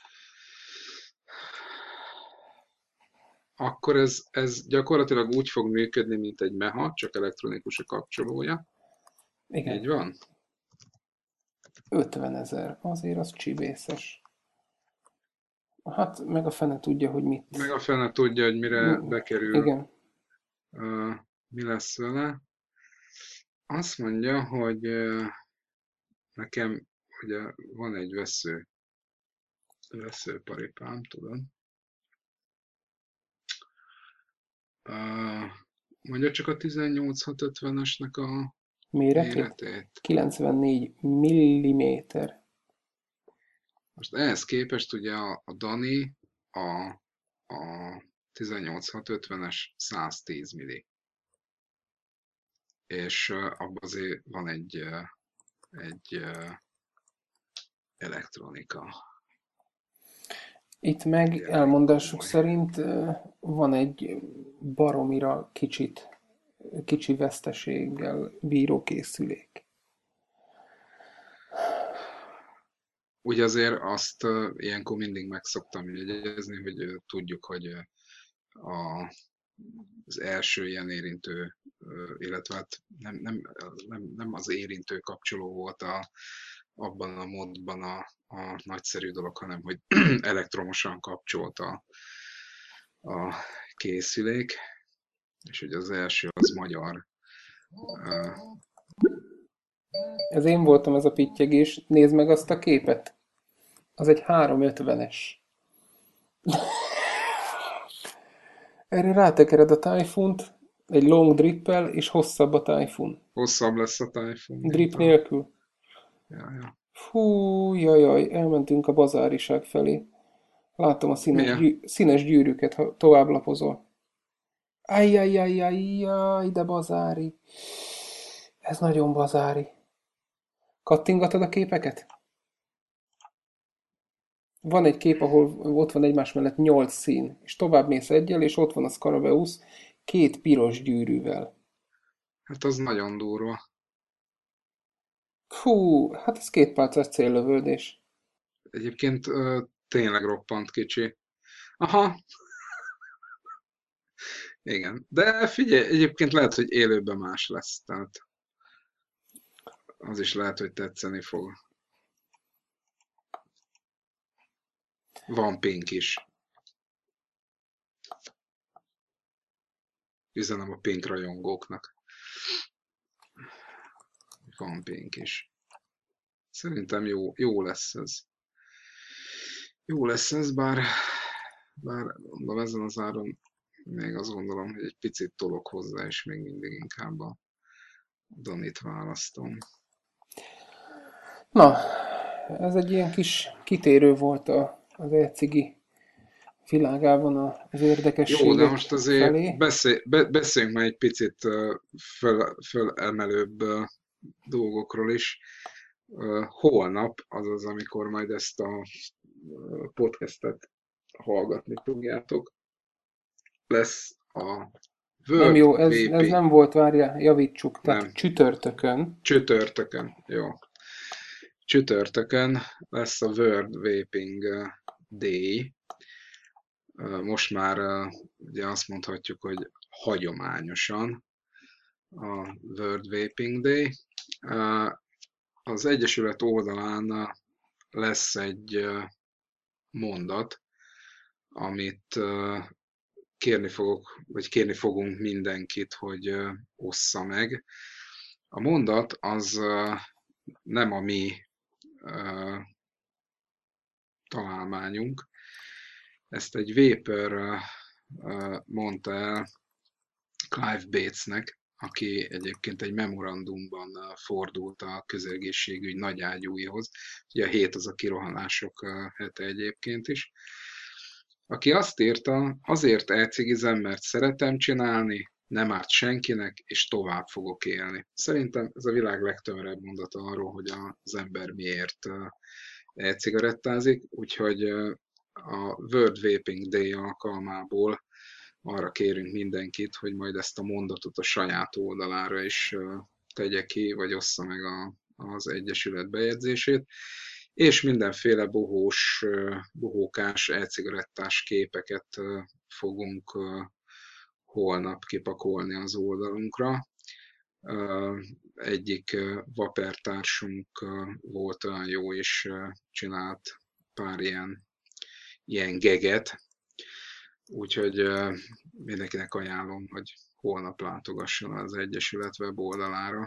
akkor ez, ez gyakorlatilag úgy fog működni, mint egy meha, csak elektronikus a kapcsolója. Igen, Így van? ötven ezer, azért az csibészes. Hát meg a fene tudja, hogy Meg mit. a fene tudja, hogy mire Mm, bekerül, Igen, uh, mi lesz vele. Azt mondja, hogy uh, nekem ugye van egy vesző, veszőparipám, tudod. Uh, mondja csak a tizennyolc hatszázötvenesnek a méretét méretét. kilencvennégy milliméter. Most ehhez képest ugye a, a Dani a, a tizennyolc hatszázötvenes száztíz milli, és uh, abban azért van egy, uh, egy uh, elektronika, Itt egy meg elég elmondásuk komoly. szerint ö, van egy baromira kicsit, kicsi veszteséggel bíró készülék. Ugye azért azt uh, ilyenkor mindig meg szoktam jegyezni, hogy uh, tudjuk, hogy uh, a, az első ilyen érintő, uh, illetve hát nem, nem, nem, nem az érintő kapcsoló volt a, abban a módban a, a nagyszerű dolog, hanem hogy elektromosan kapcsolt a, a készülék, és hogy az első az magyar. Uh, Ez én voltam, ez a pittyegés. Nézd meg azt a képet. Az egy háromszázötvenes. Erre rátekered a Typhoon-t, egy long drippel, és hosszabb a Typhoon. hosszabb lesz a Typhoon, mint Drip a... nélkül. Ja, ja. Fú, jajaj, elmentünk a bazáriság felé. Látom a színes, Miért? gyű, színes gyűrűket, ha tovább lapozol. Ajjajjajjajjaj, de bazári. Ez nagyon bazári. Kattingatod a képeket? Van egy kép, ahol ott van egymás mellett nyolc szín, és tovább mész egyel, és ott van a Scarabeus két piros gyűrűvel. Hát az nagyon durva. Fú, hát ez két pálcás céllövődés. Egyébként ö, tényleg roppant kicsi. Aha, igen. De figyelj, egyébként lehet, hogy élőben más lesz. Tehát az is lehet, hogy tetszeni fog. Van Pink is. Üzenem a Pink rajongóknak. Van Pink is. Szerintem jó, jó lesz ez. Jó lesz ez, bár, bár mondom, ezen az áron még azt gondolom, hogy egy picit tolok hozzá, és még mindig inkább a Danit választom. Na, ez egy ilyen kis kitérő volt a, az e-cigi világában az Jó, de érdekességek most azért felé. beszél, be, beszéljünk már egy picit ö, föl, fölemelőbb ö, dolgokról is. Ö, Holnap, azaz amikor majd ezt a ö, podcastet hallgatni tudjátok, lesz a Nem World jó, ez, ez Vaping, nem volt, várja, javítsuk. Tehát nem, csütörtökön. csütörtökön, jó. Csütörtökön lesz a World Vaping ö, Day. Ö, Most már ö, ugye azt mondhatjuk, hogy hagyományosan a World Vaping Day. Ö, Az Egyesület oldalán ö, lesz egy ö, mondat, amit ö, kérni fogok, vagy kérni fogunk mindenkit, hogy ö, ossza meg. A mondat az ö, nem a mi ö, találmányunk. Ezt egy vapor ö, ö, mondta el Clive Batesnek, aki egyébként egy memorandumban ö, fordult a közegészségügy nagyágyúihoz. Ugye a hét az a kirohanások ö, hete egyébként is. Aki azt írta, azért elcigizem, mert szeretem csinálni, nem árt senkinek, és tovább fogok élni. Szerintem ez a világ legtömörebb mondata arról, hogy az ember miért ö, e-cigarettázik, úgyhogy ö, a World Vaping Day alkalmából arra kérünk mindenkit, hogy majd ezt a mondatot a saját oldalára is ö, tegye ki, vagy ossza meg a, az Egyesület bejegyzését, és mindenféle bohós, ö, bohókás, e-cigarettás képeket ö, fogunk ö, holnap kipakolni az oldalunkra. Ö, Egyik ö, vapertársunk ö, volt olyan jó, és ö, csinált pár ilyen, ilyen geget, úgyhogy ö, mindenkinek ajánlom, hogy holnap látogasson az Egyesület weboldalára.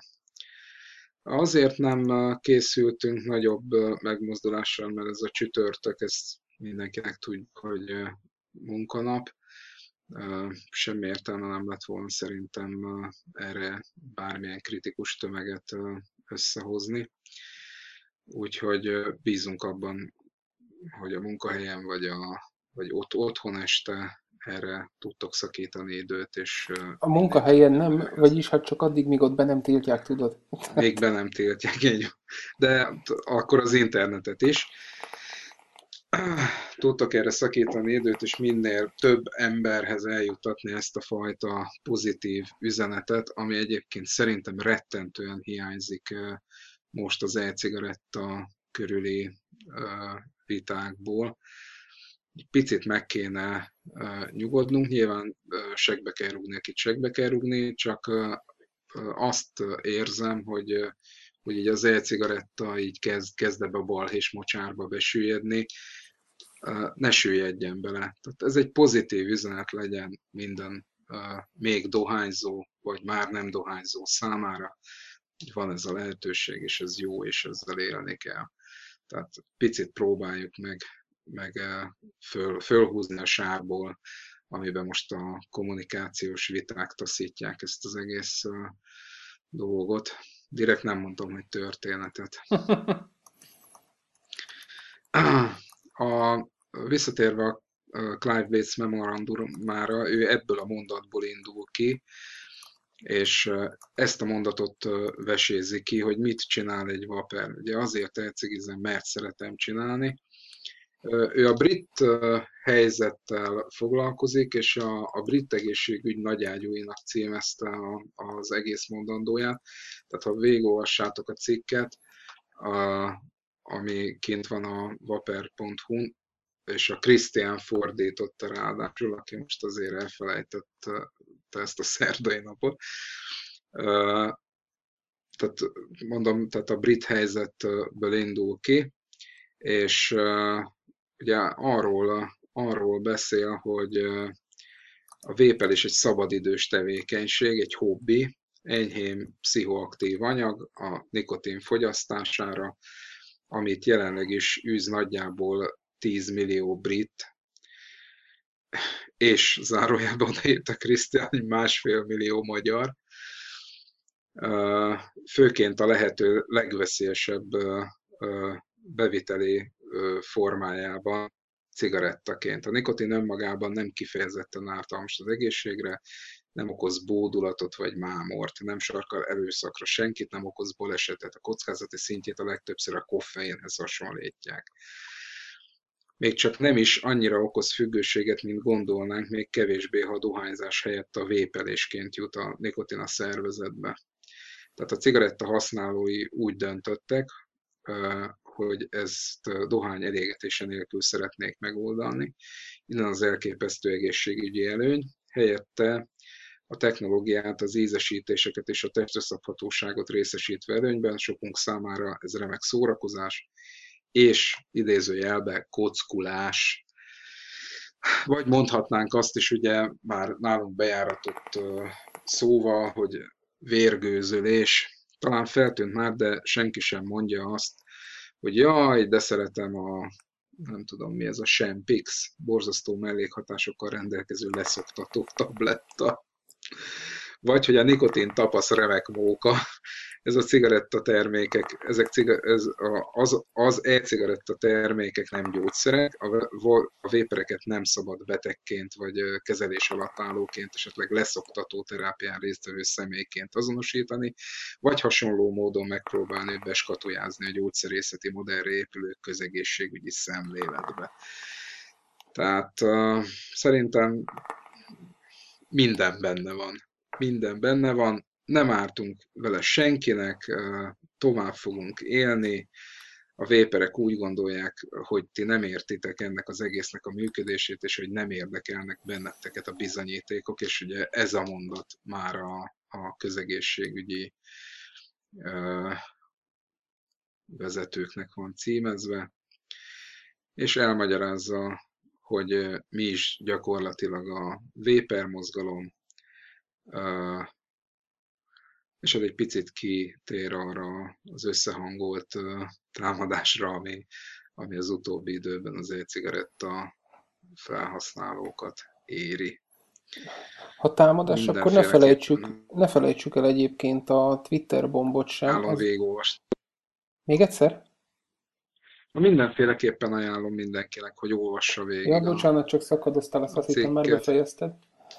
Azért nem ö, készültünk nagyobb ö, megmozdulással, mert ez a csütörtök, ezt mindenkinek tudjuk, hogy ö, munkanap. Ö, Semmi értelme nem lett volna szerintem ö, erre bármilyen kritikus tömeget ö, összehozni. Úgyhogy ö, bízunk abban, hogy a munkahelyen vagy, a, vagy ott, otthon este erre tudtok szakítani időt, és ö, A minél munkahelyen többet nem, végezni. vagyis hát csak addig, míg ott be nem tiltják, tudod. Még be nem tiltják, így van. De t- akkor az internetet is. Tudtok erre szakítani időt, és minél több emberhez eljuttatni ezt a fajta pozitív üzenetet, ami egyébként szerintem rettentően hiányzik ö, most az e-cigaretta körüli ö, vitákból. Egy picit meg kéne ö, nyugodnunk, nyilván ö, segbe kell rúgni, akit segbe kell rúgni, csak ö, ö, azt érzem, hogy, ö, hogy így az e-cigaretta így kezd, kezd ebbe a balhés mocsárba besüllyedni, Ö, ne süllyedjen bele. Tehát ez egy pozitív üzenet legyen minden ö, még dohányzó, vagy már nem dohányzó számára, hogy van ez a lehetőség, és ez jó, és ezzel élni kell. Tehát picit próbáljuk meg, meg ö, föl, fölhúzni a sárból, amiben most a kommunikációs viták taszítják ezt az egész ö, dolgot. Direkt nem mondtam, hogy történetet. A, Visszatérve a Clive Bates memorandumára, ő ebből a mondatból indul ki, és ezt a mondatot vesézi ki, hogy mit csinál egy vaper. Ugye azért elcigizem, mert szeretem csinálni. Ő a brit helyzettel foglalkozik, és a, a brit egészségügy nagyágyúinak címezte a, az egész mondandóját. Tehát ha végigolvassátok a cikket, a, ami kint van a vaper pont hu-n, és a Krisztián fordította ráadásul, aki most azért elfelejtette ezt a szerdai napot. tehát mondom, tehát a brit helyzetből indul ki, és ugye arról, arról beszél, hogy a vépelés egy szabadidős tevékenység, egy hobbi, enyhén pszichoaktív anyag a nikotin fogyasztására, amit jelenleg is űz nagyjából tíz millió brit, és zárójelben odaírta Krisztián, másfél millió magyar, főként a lehető legveszélyesebb beviteli formájában, cigarettaként. A nikotin önmagában nem kifejezetten ártalmas az egészségre, nem okoz bódulatot vagy mámort, nem sarkal erőszakra senkit, nem okoz balesetet. A kockázati szintjét a legtöbbször a koffeinhez hasonlítják. Még csak nem is annyira okoz függőséget, mint gondolnánk, még kevésbé, ha a dohányzás helyett a vépelésként jut a nikotin a szervezetbe. Tehát a cigaretta használói úgy döntöttek, hogy ezt dohány elégetése nélkül szeretnék megoldani. Innen az elképesztő egészségügyi előny. Helyette a technológiát, az ízesítéseket és a testre szabhatóságot részesítve előnyben, sokunk számára ez remek szórakozás, és idézőjelbe kockulás. Vagy mondhatnánk azt is, ugye már nálunk bejáratott szóval, hogy vérgőzölés. Talán feltűnt már, de senki sem mondja azt, hogy jaj, de szeretem a, nem tudom mi ez a Champix, borzasztó mellékhatásokkal rendelkező leszoktató tabletta. Vagy hogy a nikotin tapasz remek móka. Ez a cigaretta termékek, ezek ciga, ez a, az, az e-cigaretta termékek nem gyógyszerek, a, a vépereket nem szabad betegként vagy kezelés alatt állóként, esetleg leszoktató terápián résztvevő személyként azonosítani, vagy hasonló módon megpróbálni beskatujázni a gyógyszerészeti modellre épülő közegészségügyi szemléletbe. Tehát uh, szerintem minden benne van. Minden benne van, nem ártunk vele senkinek, tovább fogunk élni. A véperek úgy gondolják, hogy ti nem értitek ennek az egésznek a működését, és hogy nem érdekelnek benneteket a bizonyítékok, és ugye ez a mondat már a, a közegészségügyi vezetőknek van címezve, és elmagyarázza, hogy mi is gyakorlatilag a véper mozgalom, és ez egy picit kitér arra az összehangolt támadásra, ami, ami az utóbbi időben az e-cigaretta felhasználókat éri. Ha támadás, akkor ne felejtsük, ne felejtsük el egyébként a Twitter bombot sem. Ajánlom az... végigolvasni. Még egyszer? Mindenféleképpen ajánlom mindenkinek, hogy olvassa végig. Ja, bocsánat, csak szakadoztál, azt azt hittem, már befejezted.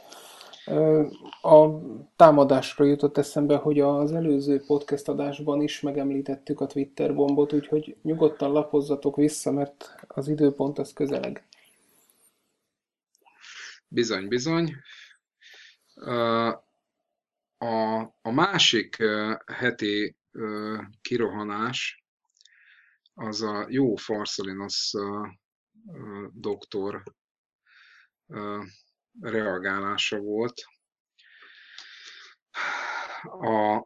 A támadásról jutott eszembe, hogy az előző podcast adásban is megemlítettük a Twitter bombot, úgyhogy nyugodtan lapozzatok vissza, mert az időpont az közeleg. Bizony, bizony. A, a másik heti kirohanás az a jó Farszalinos doktor reagálása volt. A,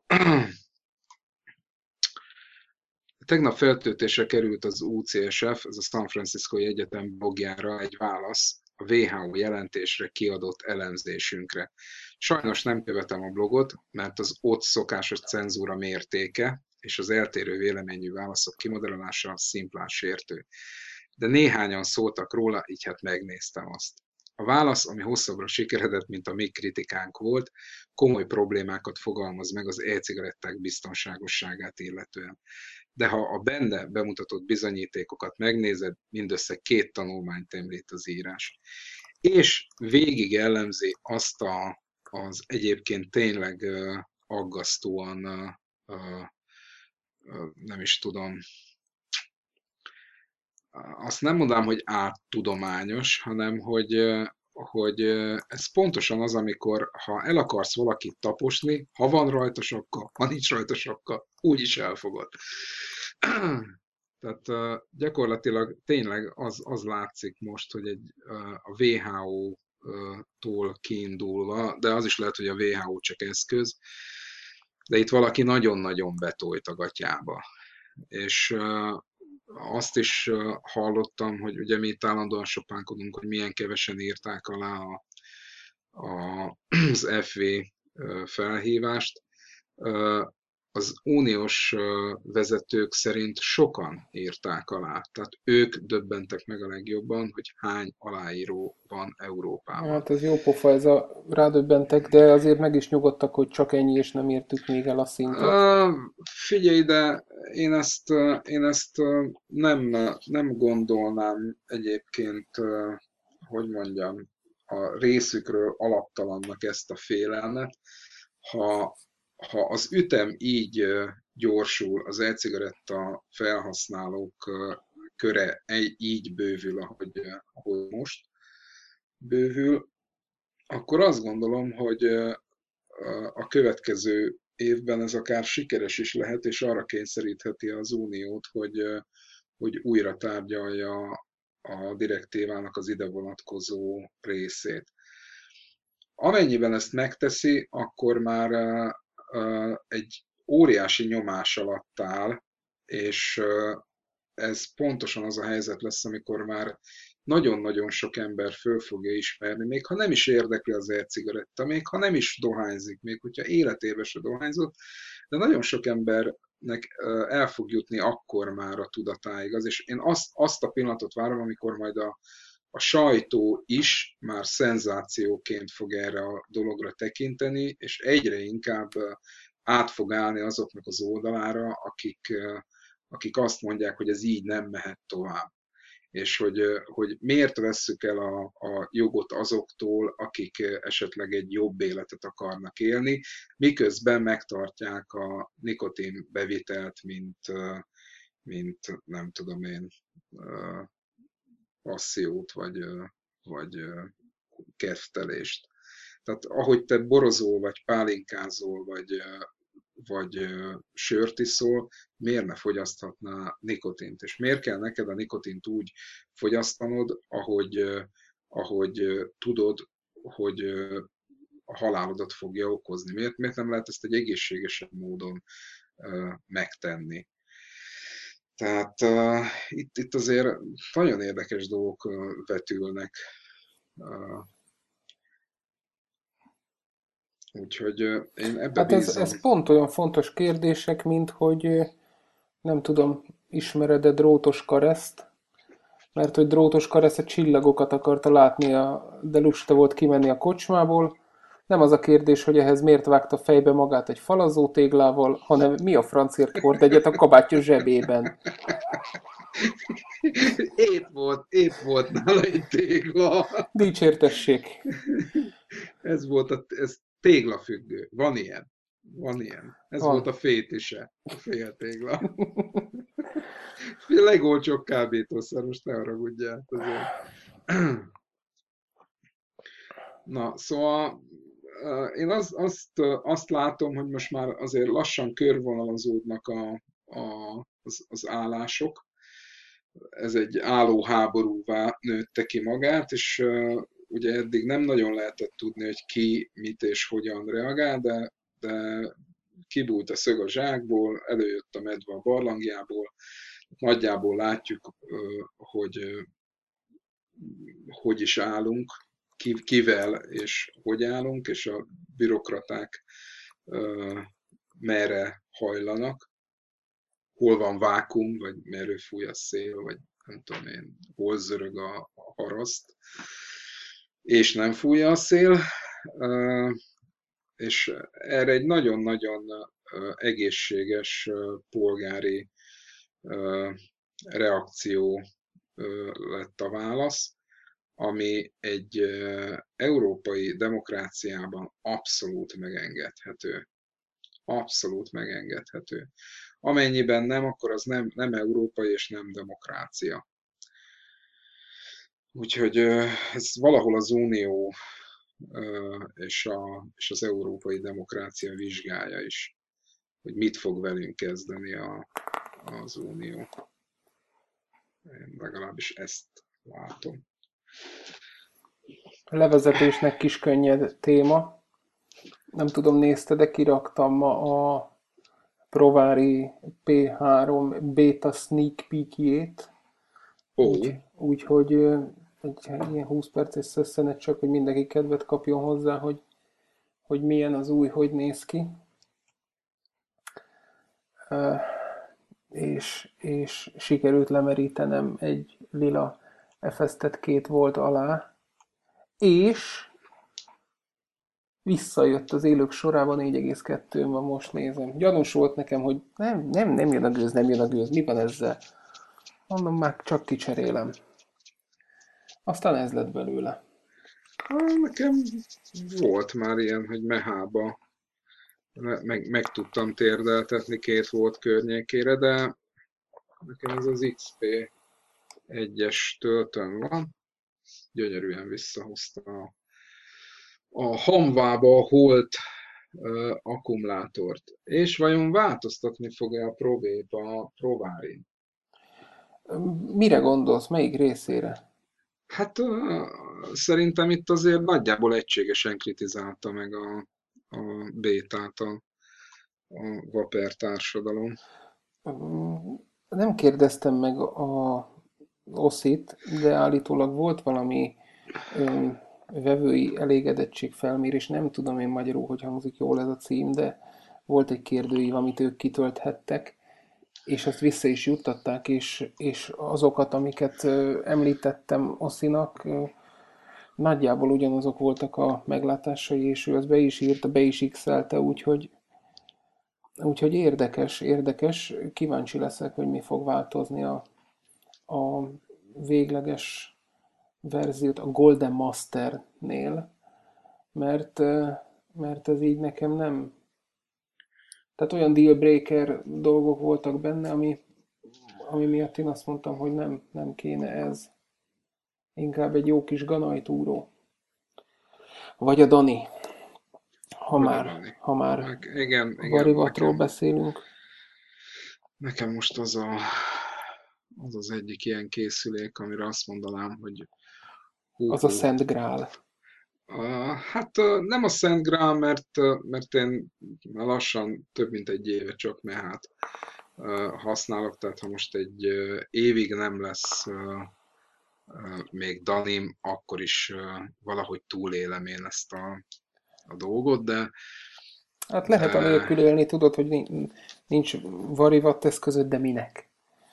tegnap feltöltésre került az U C S F, ez a San Franciscoi Egyetem blogjára egy válasz a W H O jelentésre kiadott elemzésünkre. Sajnos nem követem a blogot, mert az ott szokásos cenzúra mértéke és az eltérő véleményű válaszok kimodellása szimplán sértő. De néhányan szóltak róla, így hát megnéztem azt. A válasz, ami hosszabbra sikeredett, mint a mi kritikánk volt, komoly problémákat fogalmaz meg az e-cigaretták biztonságosságát illetően. De ha a benne bemutatott bizonyítékokat megnézed, mindössze két tanulmányt említ az írás. És végig elemzi azt a, az egyébként tényleg uh, aggasztóan, uh, uh, uh, nem is tudom, azt nem mondám, hogy áttudományos, hanem hogy, hogy ez pontosan az, amikor ha el akarsz valakit taposni, ha van rajta sapka, ha nincs rajta sapka, úgyis elfogod. Tehát gyakorlatilag tényleg az, az látszik most, hogy egy, a W H O-tól kiindulva, de az is lehet, hogy a W H O csak eszköz, de itt valaki nagyon-nagyon betolt a gatyába. És uh, azt is uh, hallottam, hogy ugye mi itt állandóan sopánkodunk, hogy milyen kevesen írták alá a, a, az ef vé felhívást. Az uniós vezetők szerint sokan írták alá. Tehát ők döbbentek meg a legjobban, hogy hány aláíró van Európában. Hát ez jó pofa, ez a rádöbbentek, de azért meg is nyugodtak, hogy csak ennyi, és nem értük még el a szintet. Uh, figyelj, de én ezt, uh, én ezt uh, nem, uh, nem gondolnám egyébként, uh, hogy mondjam, a részükről alaptalannak ezt a félelmet. Ha, ha az ütem így uh, gyorsul, az e-cigaretta felhasználók uh, köre egy, így bővül, ahogy, uh, ahogy most bővül, akkor azt gondolom, hogy uh, a következő évben ez akár sikeres is lehet, és arra kényszerítheti az Uniót, hogy, hogy újra tárgyalja a direktívának az ide vonatkozó részét. Amennyiben ezt megteszi, akkor már egy óriási nyomás alatt áll, és ez pontosan az a helyzet lesz, amikor már nagyon-nagyon sok ember föl fogja ismerni, még ha nem is érdekli az e-cigaretta, még ha nem is dohányzik, még hogyha életében se dohányzott, de nagyon sok embernek el fog jutni akkor már a tudatáig az, és én azt, azt a pillanatot várom, amikor majd a, a sajtó is már szenzációként fog erre a dologra tekinteni, és egyre inkább át fog állni azoknak az oldalára, akik, akik azt mondják, hogy ez így nem mehet tovább. És hogy, hogy miért vesszük el a, a jogot azoktól, akik esetleg egy jobb életet akarnak élni, miközben megtartják a nikotin bevitelt, mint, mint nem tudom én, passziót, vagy, vagy kedvtelést. Tehát ahogy te borozol, vagy pálinkázol, vagy, vagy sört iszol, miért ne fogyaszthatná nikotint? És miért kell neked a nikotint úgy fogyasztanod, ahogy, ahogy tudod, hogy a halálodat fogja okozni? Miért, miért nem lehet ezt egy egészségesebb módon megtenni? Tehát uh, itt, itt azért nagyon érdekes dolgok uh, vetülnek. Uh, úgyhogy uh, én ebbe Hát ez, bízom. ez pont olyan fontos kérdések, mint hogy nem tudom, ismered-e Drótos Kareszt? Mert hogy Drótos Karesz a csillagokat akarta látni, a, de lusta volt kimenni a kocsmából. Nem az a kérdés, hogy ehhez miért vágta fejbe magát egy falazó téglával, hanem mi a francért hord egyet a kabátja zsebében. Épp volt, épp volt nála egy tégla. Dicsértessék! Ez volt a, ez téglafüggő. Van ilyen. Van ilyen. Ez volt Van. a fétise. A féltégla. A legolcsóbb kábítószer, most ne haragudjál. Azért. Na, szóval én az, azt, azt látom, hogy most már azért lassan körvonalazódnak a, a, az, az állások. Ez egy álló háborúvá nőtte ki magát, és uh, ugye eddig nem nagyon lehetett tudni, hogy ki mit és hogyan reagál, de, de kibújt a szög a zsákból, előjött a medve a barlangjából, nagyjából látjuk, uh, hogy uh, hogy is állunk, kivel és hogy állunk, és a bürokraták uh, merre hajlanak, hol van vákum, vagy merről fúj a szél, vagy nem tudom én, hol zörög a, a haraszt, és nem fújja a szél, uh, és erre egy nagyon-nagyon uh, egészséges uh, polgári uh, reakció uh, lett a válasz, ami egy európai demokráciában abszolút megengedhető. Abszolút megengedhető. Amennyiben nem, akkor az nem, nem európai és nem demokrácia. Úgyhogy ez valahol az Unió és, a, és az európai demokrácia vizsgája is, hogy mit fog velünk kezdeni a, az Unió. Én legalábbis ezt látom. A levezetésnek kis könnyed téma. Nem tudom, nézted, de kiraktam ma a Provari pé három beta sneak peekjét, Ó, úgy, úgyhogy ö, egy ilyen húsz perces szösszenet csak, hogy mindenki kedvet kapjon hozzá, hogy, hogy milyen az új, hogy néz ki. Ö, és, és sikerült lemerítenem egy lila efesztet két volt alá, és visszajött az élők sorában négy egész kettő van, most nézem. Gyanús volt nekem, hogy nem, nem, nem jön a gőz, nem jön a gőz, mi van ezzel? Mondom, már csak kicserélem. Aztán ez lett belőle. hát nekem volt már ilyen, hogy mehába meg, meg tudtam térdeltetni két volt környékére, de nekem ez az iksz pé egyes töltőn van, gyönyörűen visszahozta a, a hamvába a holt uh, akkumulátort. És vajon változtatni fog-e a Provape a Provárin? Mire gondolsz? Melyik részére? Hát uh, szerintem itt azért nagyjából egységesen kritizálta meg a, a bétát a, a Vaper társadalom. Nem kérdeztem meg a oszit, de állítólag volt valami ö, vevői elégedettség-felmérés, nem tudom én magyarul, hogy hangzik jól ez a cím, de volt egy kérdőív, amit ők kitölthettek, és azt vissza is juttatták, és, és azokat, amiket ö, említettem Oszinak, ö, nagyjából ugyanazok voltak a meglátásai, és ő azt be is írta, be is x-elte, úgyhogy, úgyhogy érdekes, érdekes. Kíváncsi leszek, hogy mi fog változni a, a végleges verziót a Golden Masternél, mert, mert ez így nekem nem... Tehát olyan dealbreaker dolgok voltak benne, ami, ami miatt én azt mondtam, hogy nem, nem kéne ez. Inkább egy jó kis ganajtúró. Vagy a Dani, ha Vagy a már, Dani. ha már Meg, igen, igen, varivatról nekem, beszélünk. nekem most az a, az az egyik ilyen készülék, amire azt mondanám, hogy Az a hú-hú. Szent Grál. Uh, hát uh, nem a Szent Grál, mert, uh, mert én már lassan több mint egy éve csak mehát uh, használok, tehát ha most egy uh, évig nem lesz uh, uh, még Danim, akkor is uh, valahogy túlélem én ezt a, a dolgot, de, Hát lehet de anélkül élni, tudod, hogy nincs varivat eszközöd, de minek?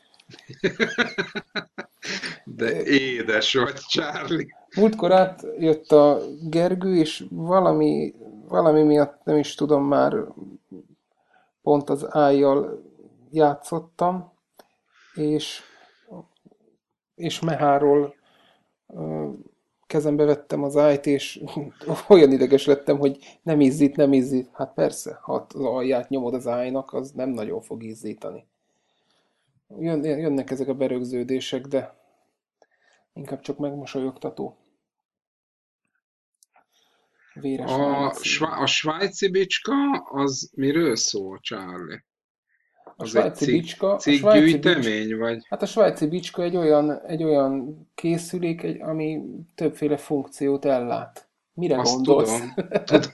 de édes vagy, Charlie. Múltkor átjött a Gergő, és valami, valami miatt nem is tudom már, pont az ájjal játszottam, és, és meháról ö, kezembe vettem az ájt, és olyan ideges lettem, hogy nem izzít, nem izzít. Hát persze, ha az alját nyomod az ájnak, az nem nagyon fog izzítani. Jön, jönnek ezek a berögződések, de inkább csak megmosolyogtató. Véres A, válaszszínű. svá- a svájci bicska, az miről szól, Charlie? A Az egy svájci cig, bicska, a svájci bics, cigggyűjtemény, vagy? hát a svájci bicska egy olyan, egy olyan készülék, egy, ami többféle funkciót ellát. Mire Azt gondolsz? tudom, tudom.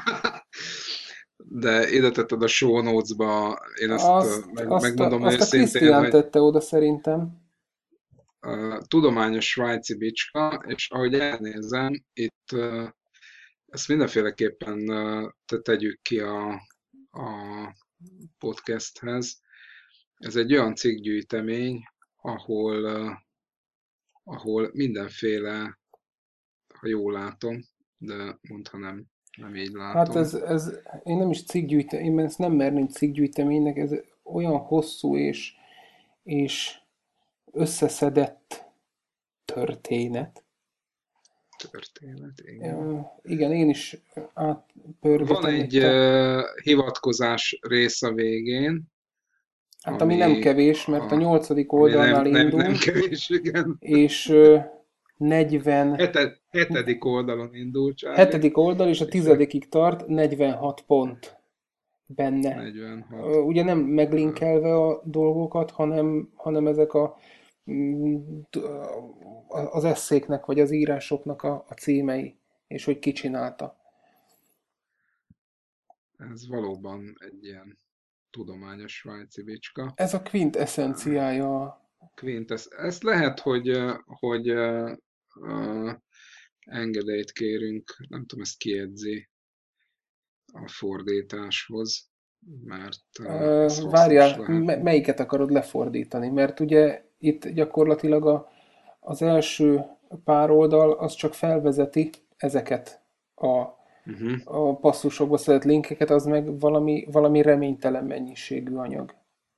De ide tetted a show notes-ba, én ezt ö, Azt, meg, azt, a, megmondom azt a őszintén, Krisztián hogy tette oda szerintem. uh, tudományos svájci bicska, és ahogy elnézem, itt uh, ezt mindenféleképpen uh, te tegyük ki a, a podcasthez. Ez egy olyan cikkgyűjtemény, ahol, uh, ahol mindenféle, ha jól látom, de mondta nem, nem így Hát látom. ez, ez én nem is cikkgyűjtem, én ezt nem merném cikkgyűjteménynek, ez olyan hosszú és, és összeszedett történet. Történet, igen. Ö, Igen, én is Van átpörgetem egy itt a... uh, hivatkozás rész a végén, Hát ami nem ami, kevés, mert a a, nyolcadik ami nem, oldalnál nem, nem indul, kevés, igen. és ö, negyven, Heted, hetedik oldalon indul, Charlie, hetedik oldal, és a és nek- tizedikig tart, negyvenhat pont benne. Ö, negyvenhat. Ugye nem meglinkelve a dolgokat, hanem, hanem ezek a, mm, t- a- az esszéknek, vagy az írásoknak a, a címei, és hogy ki csinálta. ez valóban egy ilyen tudományos svájci bicska. Ez a quintessenciája. Quint, ezt, ezt lehet, hogy, ö, hogy ö, ö, engedélyt kérünk, nem tudom, ezt kiedzi a fordításhoz, mert ö, ez Ö, hasznos Várjál, lehet. me- melyiket akarod lefordítani? Mert ugye itt gyakorlatilag a, az első pár oldal az csak felvezeti ezeket a, Uh-huh. a passzusokba szedett linkeket, az meg valami, valami reménytelen mennyiségű anyag.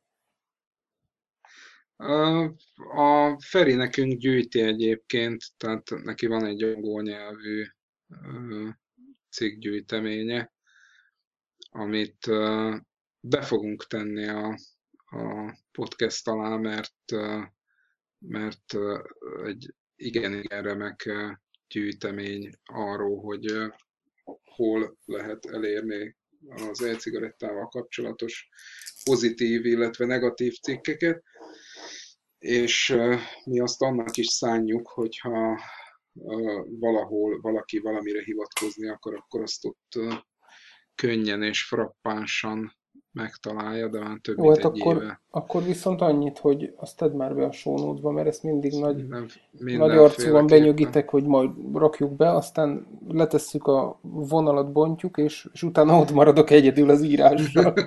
Ö, A Feri nekünk gyűjti egyébként, tehát neki van egy angol nyelvű ö, cikkgyűjteménye, amit ö, be fogunk tenni a, a podcast alá, mert, ö, mert ö, egy igen-igen remek ö, gyűjtemény arról, hogy ö, hol lehet elérni az e-cigarettával kapcsolatos pozitív, illetve negatív cikkeket, és ö, mi azt annak is szánjuk, hogyha ö, valahol valaki valamire hivatkozni akar, akkor azt ott ö, könnyen és frappánsan megtalálja, de már több Jó, mint hát egy akkor, éve akkor viszont annyit, hogy azt tedd már be a show notes-ba, mert ezt mindig nagy, minden, nagy arcúan mindenféleképpen. benyögitek, hogy majd rakjuk be, aztán letesszük a vonalat, bontjuk, és, és utána ott maradok egyedül az írással.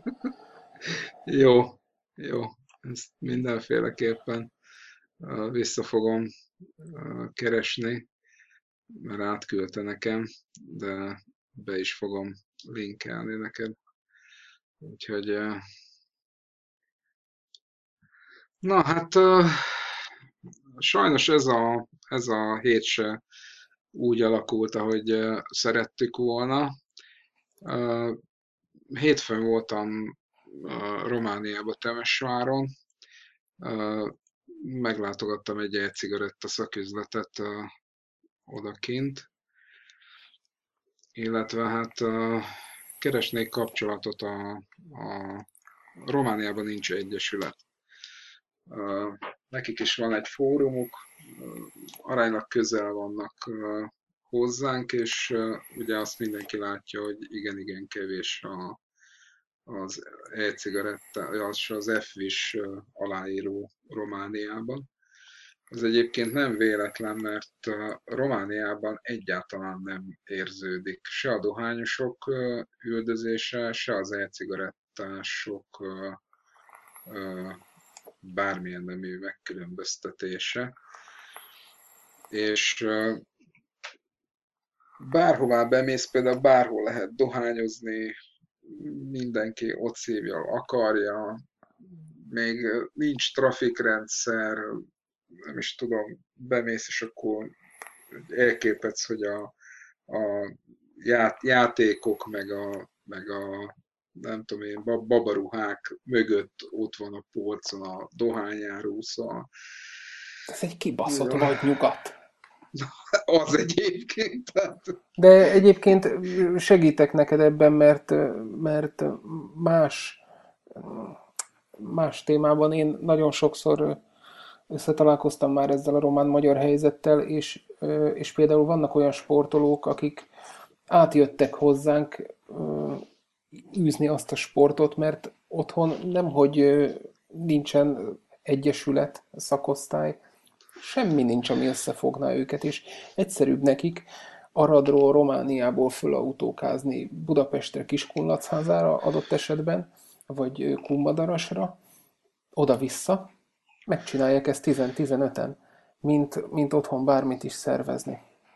Jó, jó, ezt mindenféleképpen ö, vissza fogom ö, keresni, mert átküldte nekem, de be is fogom linkelni neked. Úgyhogy, ö, na hát, ö, sajnos ez a, ez a hét se úgy alakult, ahogy ö, szerettük volna. Ö, Hétfőn voltam ö, Romániába, Temesváron. Ö, Meglátogattam egy e-cigaretta szaküzletet ö, odakint, illetve hát ö, keresnék kapcsolatot a, a Romániában nincs egyesület. Ö, Nekik is van egy fórumuk, ö, aránylag közel vannak ö, hozzánk, és ö, ugye azt mindenki látja, hogy igen-igen kevés a, az e-cigaretta, az az F-vis ö, aláíró Romániában. Ez egyébként nem véletlen, mert ö, Romániában egyáltalán nem érződik se a dohányosok ö, üldözése, se az e-cigarettások ö, ö, bármilyen nemű megkülönböztetése. És ö, bárhová bemész, például bárhol lehet dohányozni, mindenki ott szívja, akarja, még ö, nincs trafikrendszer, nem is tudom, bemész, és akkor elképedsz, hogy a, a ját, játékok, meg a, meg a nem tudom én, babaruhák mögött ott van a polcon a dohányáró, szóval Ez egy kibaszott vagy nyugat. az egyébként, tehát De egyébként segítek neked ebben, mert, mert más, más témában én nagyon sokszor összetalálkoztam már ezzel a román-magyar helyzettel, és, és például vannak olyan sportolók, akik átjöttek hozzánk űzni azt a sportot, mert otthon nemhogy nincsen egyesület, szakosztály, semmi nincs, ami összefogná őket, és egyszerűbb nekik Aradról, Romániából fölautókázni Budapestre, Kiskunlachházára adott esetben, vagy Kumbadarasra, oda-vissza, megcsinálják ezt tíz-tizenöten, mint, mint otthon bármit is szervezni.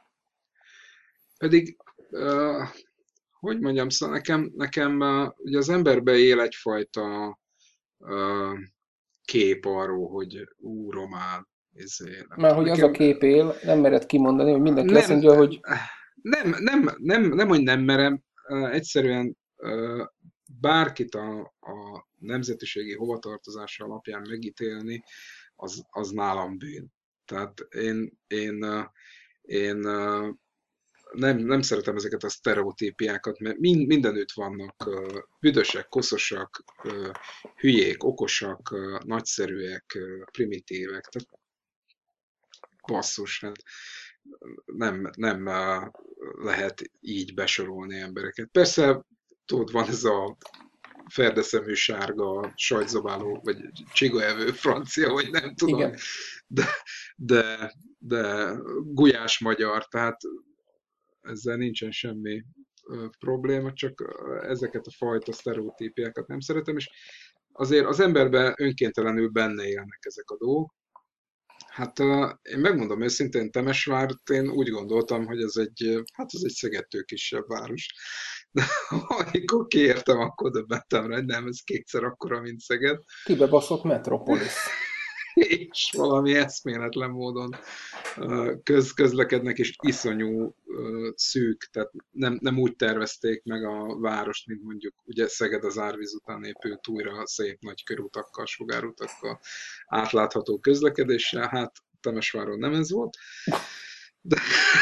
pedig uh, hogy mondjam, szóval nekem, nekem uh, ugye az emberbe él egyfajta uh, kép arról, hogy ú, román, izé, nem Már tudom, hogy az a nekem kép él, nem mered kimondani, hogy mindenki azt nem, mondja, hogy nem, nem, nem, nem, hogy nem merem, uh, egyszerűen uh, bárkit a, a nemzetiségi hovatartozása alapján megítélni, az, az nálam bűn. Tehát én, én, uh, én uh, nem, nem szeretem ezeket a sztereotípiákat, mert mind, mindenütt vannak uh, büdösek, koszosak, uh, hülyék, okosak, uh, nagyszerűek, uh, primitívek. Tehát basszus, hát nem, nem uh, lehet így besorolni embereket. Persze tudod, van ez a ferdeszemű sárga, sajtzabáló, vagy csigaevő francia, vagy nem tudom, Igen. de, de, de gulyás magyar, tehát ezzel nincsen semmi ö, probléma, csak ö, ezeket a fajta sztereotípiákat nem szeretem, és azért az emberben önkéntelenül benne élnek ezek a dolgok. Hát ö, én megmondom őszintén, Temesvárt én úgy gondoltam, hogy ez egy, ö, hát ez egy Szegedtől kisebb város. De amikor kiértem, akkor döbbentem rá, hogy nem, ez kétszer akkora, mint Szeged. Kibebaszott metropolis. És valami eszméletlen módon ö, köz, közlekednek, és iszonyú ö, szűk, tehát nem, nem úgy tervezték meg a várost, mint mondjuk ugye Szeged az árvíz után épült újra szép nagy körutakkal, sugárutakkal, átlátható közlekedéssel, hát Temesváron nem ez volt, de,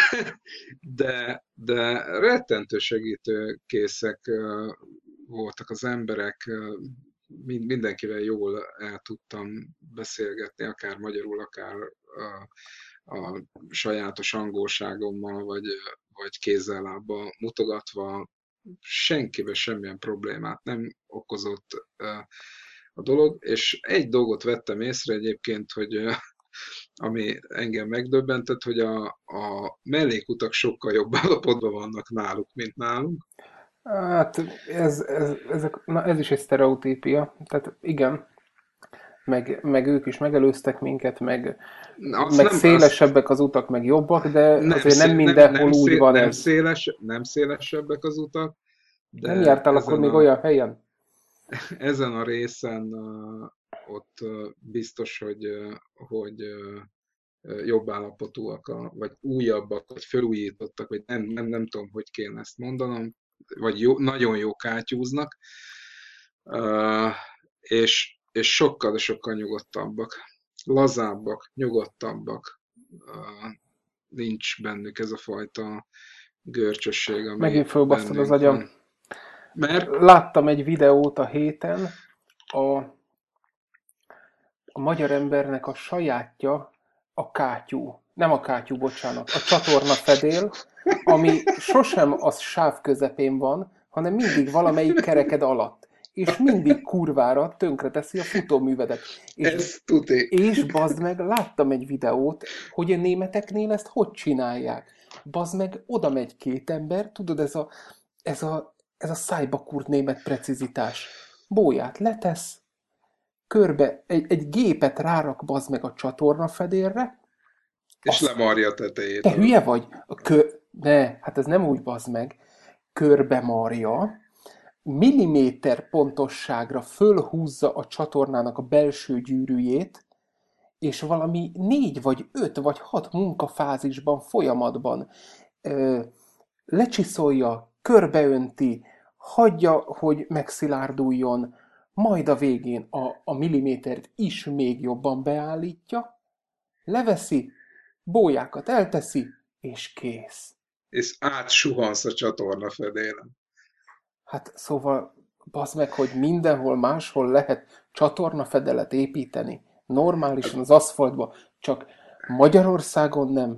de, de rettentő segítőkészek ö, voltak az emberek, ö, min- mindenkivel jól el tudtam beszélgetni, akár magyarul, akár a, a sajátos angolságommal, vagy, vagy kézzel-lábbal mutogatva, senkibe semmilyen problémát nem okozott ö, a dolog, és egy dolgot vettem észre egyébként, hogy ö, ami engem megdöbbentett, hogy a, a mellékutak sokkal jobb állapotban vannak náluk, mint nálunk. Hát ez, ez, ezek, na ez is egy sztereotípia. Tehát igen, meg, meg ők is megelőztek minket, meg, Azt meg nem, azt szélesebbek az utak, meg jobbak, de nem, azért nem szé, nem, mindenhol nem, úgy szé, van nem, ez. széles, nem szélesebbek az utak, Nem de jártál akkor ezen még a, olyan helyen? ezen a részen uh, ott uh, biztos, hogy, uh, hogy uh, jobb állapotúak, a, vagy újabbak, vagy felújítottak, vagy nem, nem, nem tudom, hogy kéne ezt mondanom, vagy jó, nagyon jó kátyúznak, uh, és, és sokkal, de sokkal nyugodtabbak, lazábbak, nyugodtabbak, uh, nincs bennük ez a fajta görcsösség, ami Megint fölbasztad az bennünk agyam. van. Mert Láttam egy videót a héten, a, a magyar embernek a sajátja a kátyú. Nem a kátyú, bocsánat, a csatorna fedél, ami sosem az sáv közepén van, hanem mindig valamelyik kereked alatt. És mindig kurvára tönkreteszi a futóművedet. És, ez tuti. és bazd meg, láttam egy videót, hogy a németeknél ezt hogy csinálják. Bazd meg, oda megy két ember, tudod, ez a, ez a, ez a szájba kúrt német precizitás. Bóját letesz, körbe egy, egy gépet rárak bazd meg a csatornafedélre, És az, lemarja a te tetejét. A... hülye vagy? A kö... Ne, hát ez nem úgy bazd meg. Körbe marja, milliméter pontosságra fölhúzza a csatornának a belső gyűrűjét, és valami négy vagy öt vagy hat munkafázisban, folyamatban ö, lecsiszolja, körbeönti, hagyja, hogy megszilárduljon, majd a végén a, a millimétert is még jobban beállítja, leveszi, bójákat elteszi, és kész. És átsuhansz a csatorna fedélen. Hát szóval, bazd meg, hogy mindenhol máshol lehet csatornafedelet építeni, normálisan az aszfaltba, csak Magyarországon nem.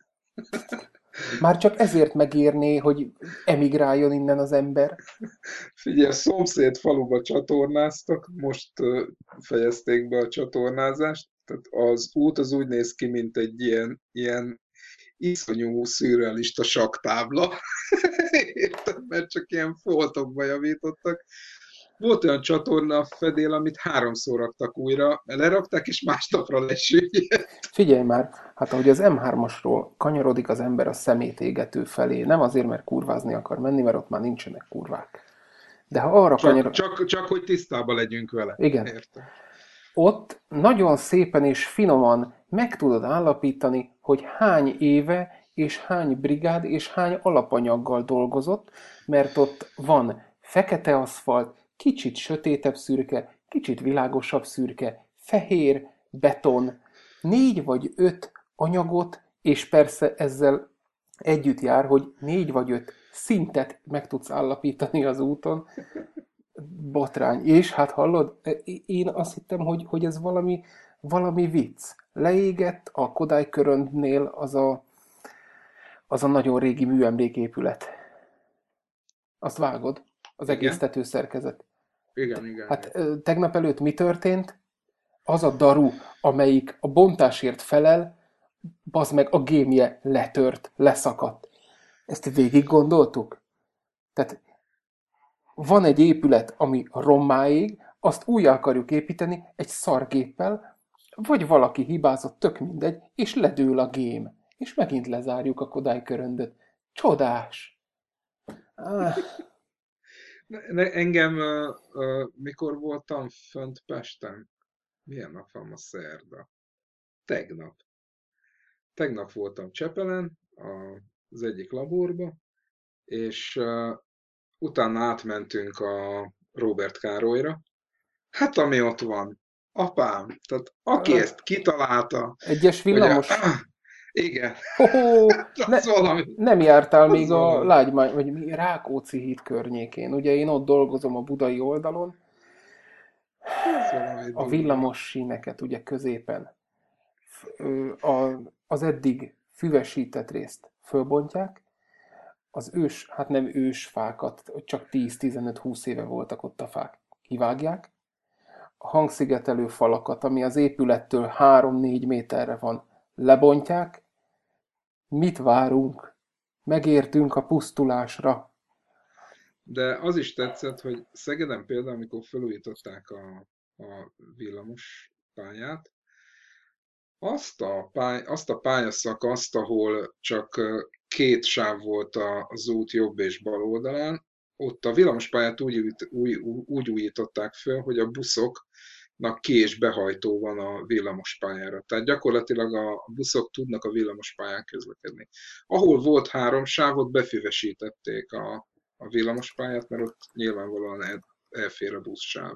Már csak ezért megérné, hogy emigráljon innen az ember. Figyelj, a szomszéd faluba csatornáztak, most uh, fejezték be a csatornázást, tehát az út az úgy néz ki, mint egy ilyen, ilyen iszonyú szürrealista sakktábla. Érted? Mert csak ilyen foltokba javítottak. Volt olyan csatorna fedél, amit háromszor raktak újra, lerakták, és másnapra lesüllyedt. Figyelj már, hát ahogy az em hármasról kanyarodik az ember a szemétégető felé, nem azért, mert kurvázni akar menni, mert ott már nincsenek kurvák. De ha arra Csak, kanyarod... csak, csak hogy tisztában legyünk vele. Igen. Érted? Ott nagyon szépen és finoman meg tudod állapítani, hogy hány éve és hány brigád és hány alapanyaggal dolgozott, mert ott van fekete aszfalt, kicsit sötétebb szürke, kicsit világosabb szürke, fehér, beton, négy vagy öt anyagot, és persze ezzel együtt jár, hogy négy vagy öt szintet meg tudsz állapítani az úton. Botrány. És hát hallod, én azt hittem, hogy, hogy ez valami, valami vicc. Leégett a Kodály Köröndnél az a, az a nagyon régi műemléképület. Azt vágod? az egész Igen, tetőszerkezet. igen, igen, Hát igen. ö, tegnap előtt mi történt? Az a daru, amelyik a bontásért felel, bazd meg a gémje letört, leszakadt. Ezt végig gondoltuk? Tehát van egy épület, ami rommáig, azt újjá akarjuk építeni egy szargéppel, vagy valaki hibázott, tök mindegy, és ledől a gém. És megint lezárjuk a Kodály köröndöt. Csodás! Ah, Ne, ne, engem, uh, uh, mikor voltam fönt Pesten? Milyen nap van ma, szerda? Tegnap. Tegnap voltam Csepelen, a- az egyik laborba, és uh, utána átmentünk a Róbert Károlyra. Hát ami ott van, apám, tehát aki ah, ezt kitalálta, egyes hogy a, villamos. igen, Hoho, ne, az valami, nem jártál még az a valami. Lágymány, vagy mi, Rákóczi híd környékén. Ugye én ott dolgozom a budai oldalon, Az valami a durva. villamos síneket ugye középen. A, az eddig füvesített részt fölbontják, az ős, hát nem ős fákat, csak tíz-tizenöt-húsz éve voltak ott a fák, kivágják, a hangszigetelő falakat, ami az épülettől három-négy méterre van, lebontják. Mit várunk? Megértünk a pusztulásra. De az is tetszett, hogy Szegeden például, amikor felújították a, a villamos pályát, azt a, pály, azt a pályaszakaszt, ahol csak ö, két sáv volt a- az út jobb és bal oldalán, ott a villamospályát úgy, újít- új, úgy újították föl, hogy a buszoknak ki- és behajtó van a villamospályára. Tehát gyakorlatilag a buszok tudnak a villamospályán közlekedni. Ahol volt három sáv, ott befüvesítették a, a villamospályát, mert ott nyilvánvalóan el, elfér a buszsáv.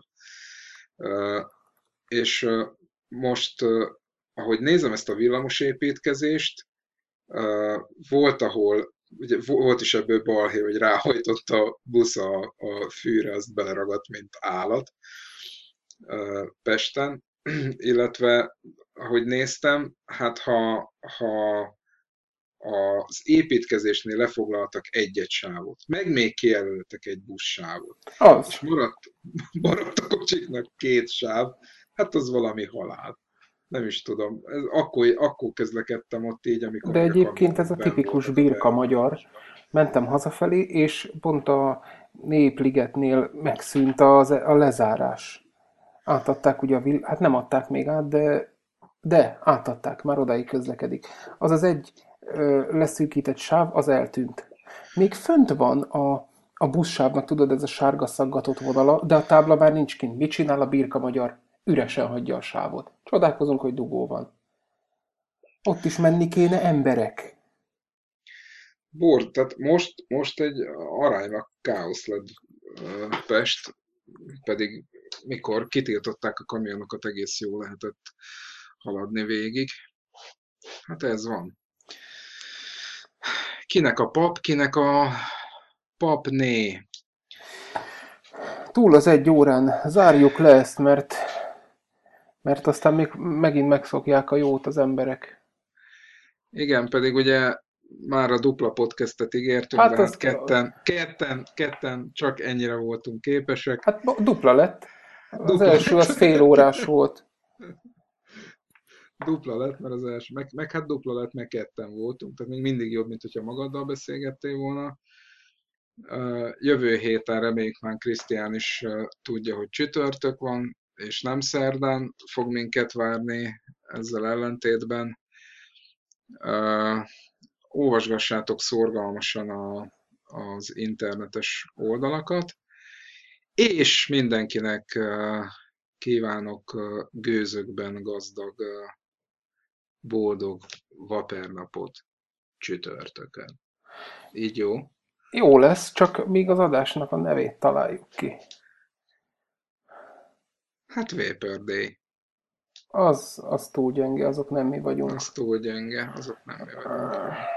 Ö, és ö, most, ö, ahogy nézem ezt a villamosépítkezést, ö, volt, ahol ugye volt is ebből balhé, hogy ráhajtott a busz a, a fűre, azt beleragadt, mint állat ö, Pesten, illetve ahogy néztem, hát ha, ha az építkezésnél lefoglaltak egy-egy sávot, meg még kijelöltek egy buszsávot, Az. és maradt, maradt a kocsiknak két sáv, hát az valami halál. Nem is tudom. Ez akkor, akkor közlekedtem ott így, amikor De még a egyébként ez kamionok a benn tipikus voltak a birka magyar. belvárosban. Mentem hazafelé, és pont a Népligetnél megszűnt az, a lezárás. Átadták ugye a vill... Hát nem adták még át, de, de átadták, már odáig közlekedik. Az az egy ö, leszűkített sáv, az eltűnt. Még fönt van a, a buszsávnak, tudod, ez a sárga szaggatott vonala, de a tábla már nincs kint. Mit csinál a birka magyar? Üresen hagyja a sávot. Csodálkozunk, hogy dugó van. Ott is menni kéne emberek. Bor, tehát most, most egy aránylag káosz lett ö, Pest, pedig mikor kitiltották a kamionokat, egész jó lehetett haladni végig. Hát ez van. Kinek a pap, kinek a papné. Túl az egy órán, zárjuk le ezt, mert, mert aztán még megint megszokják a jót az emberek. Igen, pedig ugye már a dupla podcastet ígértünk, de Hát hát azt, ketten, ketten, ketten csak ennyire voltunk képesek. hát dupla lett. Az Dupla első az fél órás volt. Dupla lett, mert az első, meg, meg hát dupla lett, meg ketten voltunk, tehát még mindig jobb, mint hogyha magaddal beszélgettél volna. Ö, Jövő héten reméljük már Krisztián is ö, tudja, hogy csütörtök van, és nem szerdán fog minket várni ezzel ellentétben. Ö, Olvasgassátok szorgalmasan a, az internetes oldalakat, és mindenkinek ö, kívánok ö, gőzökben gazdag, ö, boldog vapernapot csütörtökön. Így jó? Jó lesz, csak még az adásnak a nevét találjuk ki. Hát Vapor Day. Az, az túl gyenge, azok nem mi vagyunk. Az túl gyenge, azok nem mi vagyunk.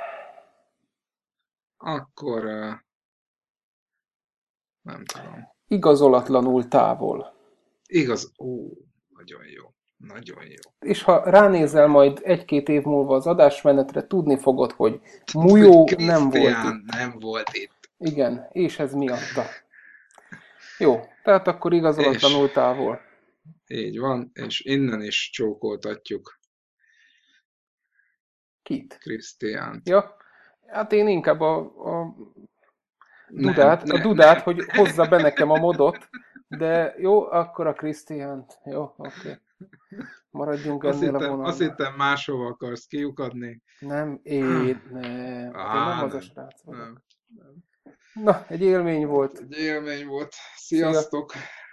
Akkor ö, nem tudom. Igazolatlanul távol. Igaz, ó, nagyon jó. Nagyon jó. És ha ránézel majd egy-két év múlva az adásmenetre, tudni fogod, hogy Hogy Mujó nem volt Krisztián itt. nem volt itt. Igen, és ez miatta. Jó, tehát akkor És igazolatlanul távol. így van, és innen is csókoltatjuk Kit? Krisztiánt. Ja, hát én inkább a, a Nem, Dudát, a ne, Dudát, ne. hogy hozza be nekem a modot, de jó, akkor a Krisztiánt. Jó, oké. Maradjunk Azt ennél a hittem, azt vonalnál. hittem máshova akarsz kiukadni. Nem, én, nem. Hát én nem Á, az a nem, srác vagyok. nem, nem. Na, egy élmény Hát volt. egy élmény volt. Szia! Sziasztok!